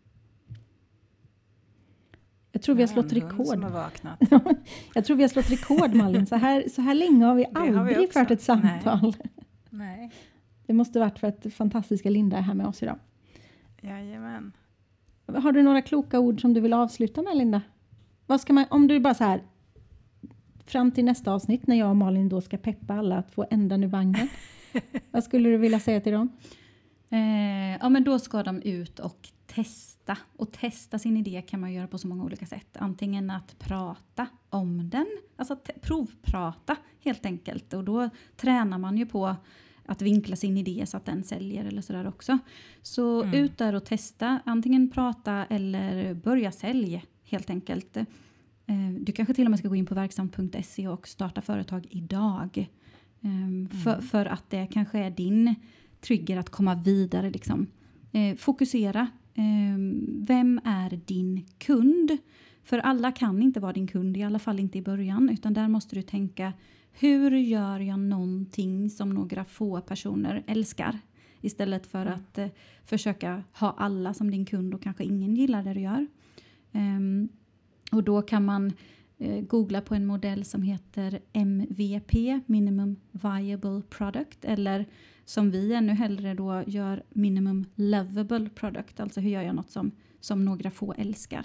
Jag tror vi har slått en hund rekord. Som har vaknat. Jag tror vi har slått rekord, Malin. Så här, så här länge har vi Det har vi aldrig också. fört ett samtal. Nej. Nej. Det måste varit för att fantastiska Linda är här med oss idag. Jajamän. Har du några kloka ord som du vill avsluta med, Linda? Vad ska man, om du bara så här, fram till nästa avsnitt när jag och Malin då ska peppa alla att få ändan ur vagnen. Vad skulle du vilja säga till dem? Eh, ja, men då ska de ut och testa. Och testa sin idé kan man göra på så många olika sätt. Antingen att prata om den. Alltså att provprata helt enkelt. Och då tränar man ju på att vinkla sin idé så att den säljer eller sådär också. Så Mm. ut där och testa. Antingen prata eller börja sälja helt enkelt. Du kanske till och med ska gå in på verksamt punkt se och starta företag idag. Mm. För, för att det kanske är din trigger att komma vidare. Liksom. Eh, fokusera. Eh, vem är din kund? För alla kan inte vara din kund, i alla fall inte i början. Utan där måste du tänka, hur gör jag någonting som några få personer älskar? Istället för Mm. att eh, försöka ha alla som din kund och kanske ingen gillar det du gör. Um, och då kan man eh, googla på en modell som heter M V P, Minimum Viable Product. Eller som vi ännu hellre då gör Minimum Lovable Product. Alltså hur gör jag något som, som några få älskar.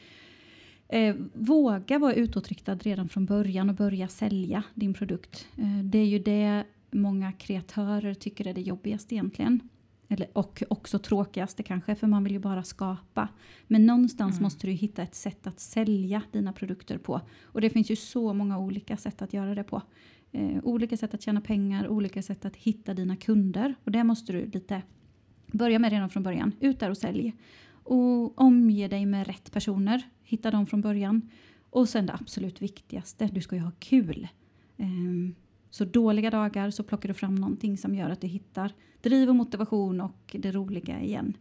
Eh, våga vara utåtriktad redan från början och börja sälja din produkt. Eh, det är ju det många kreatörer tycker är det jobbigaste egentligen. Eller, och också tråkigaste kanske, för man vill ju bara skapa. Men någonstans Mm. måste du hitta ett sätt att sälja dina produkter på. Och det finns ju så många olika sätt att göra det på. Eh, olika sätt att tjäna pengar, olika sätt att hitta dina kunder. Och det måste du lite börja med redan från början. Ut där och sälj. Och omge dig med rätt personer. Hitta dem från början. Och sen det absolut viktigaste, du ska ju ha kul. Um, Så dåliga dagar så plockar du fram någonting som gör att du hittar driv och motivation och det roliga igen.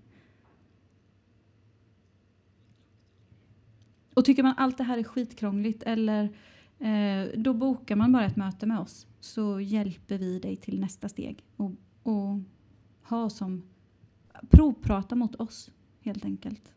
Och tycker man allt det här är skitkrångligt eller eh, då bokar man bara ett möte med oss. Så hjälper vi dig till nästa steg. Och, och ha som provprata mot oss helt enkelt.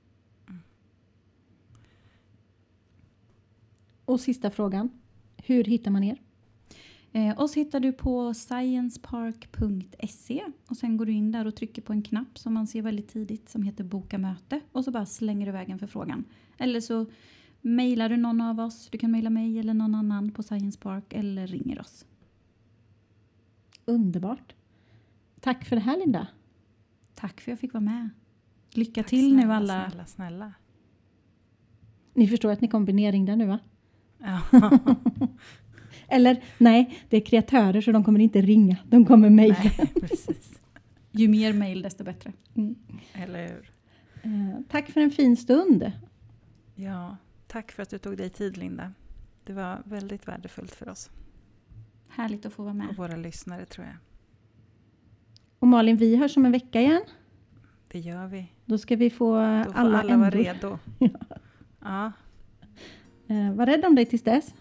Och sista frågan. Hur hittar man er? Eh, oss hittar du på sciencepark punkt se och sen går du in där och trycker på en knapp som man ser väldigt tidigt som heter boka möte och så bara slänger du iväg en förfrågan. Eller så mejlar du någon av oss, du kan mejla mig eller någon annan på Science Park eller ringer oss. Underbart. Tack för det här, Linda. Tack för att jag fick vara med. Lycka Tack till snälla, nu alla. Snälla, snälla. Ni förstår att ni kommer bli nerringda nu, va? Ja. Eller nej, det är kreatörer så de kommer inte ringa. De kommer mejla. Nej, precis. Ju mer mejl desto bättre. Mm. Eller hur? Eh, tack för en fin stund. Ja, tack för att du tog dig tid, Linda. Det var väldigt värdefullt för oss. Härligt att få vara Och med. våra lyssnare, tror jag. Och Malin, vi hörs om en vecka igen. Det gör vi. Då ska vi få Då får alla, alla vara ändor. redo. Ja. Ja. Eh, var rädd om dig tills dess.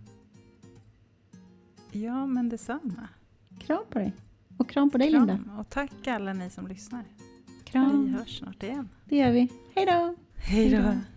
Ja, men detsamma. Kram på dig. Och kram på dig, Linda. Kram. Och tack alla ni som lyssnar. Kram. Vi hörs snart igen. Det gör vi. Hej då! Hej då!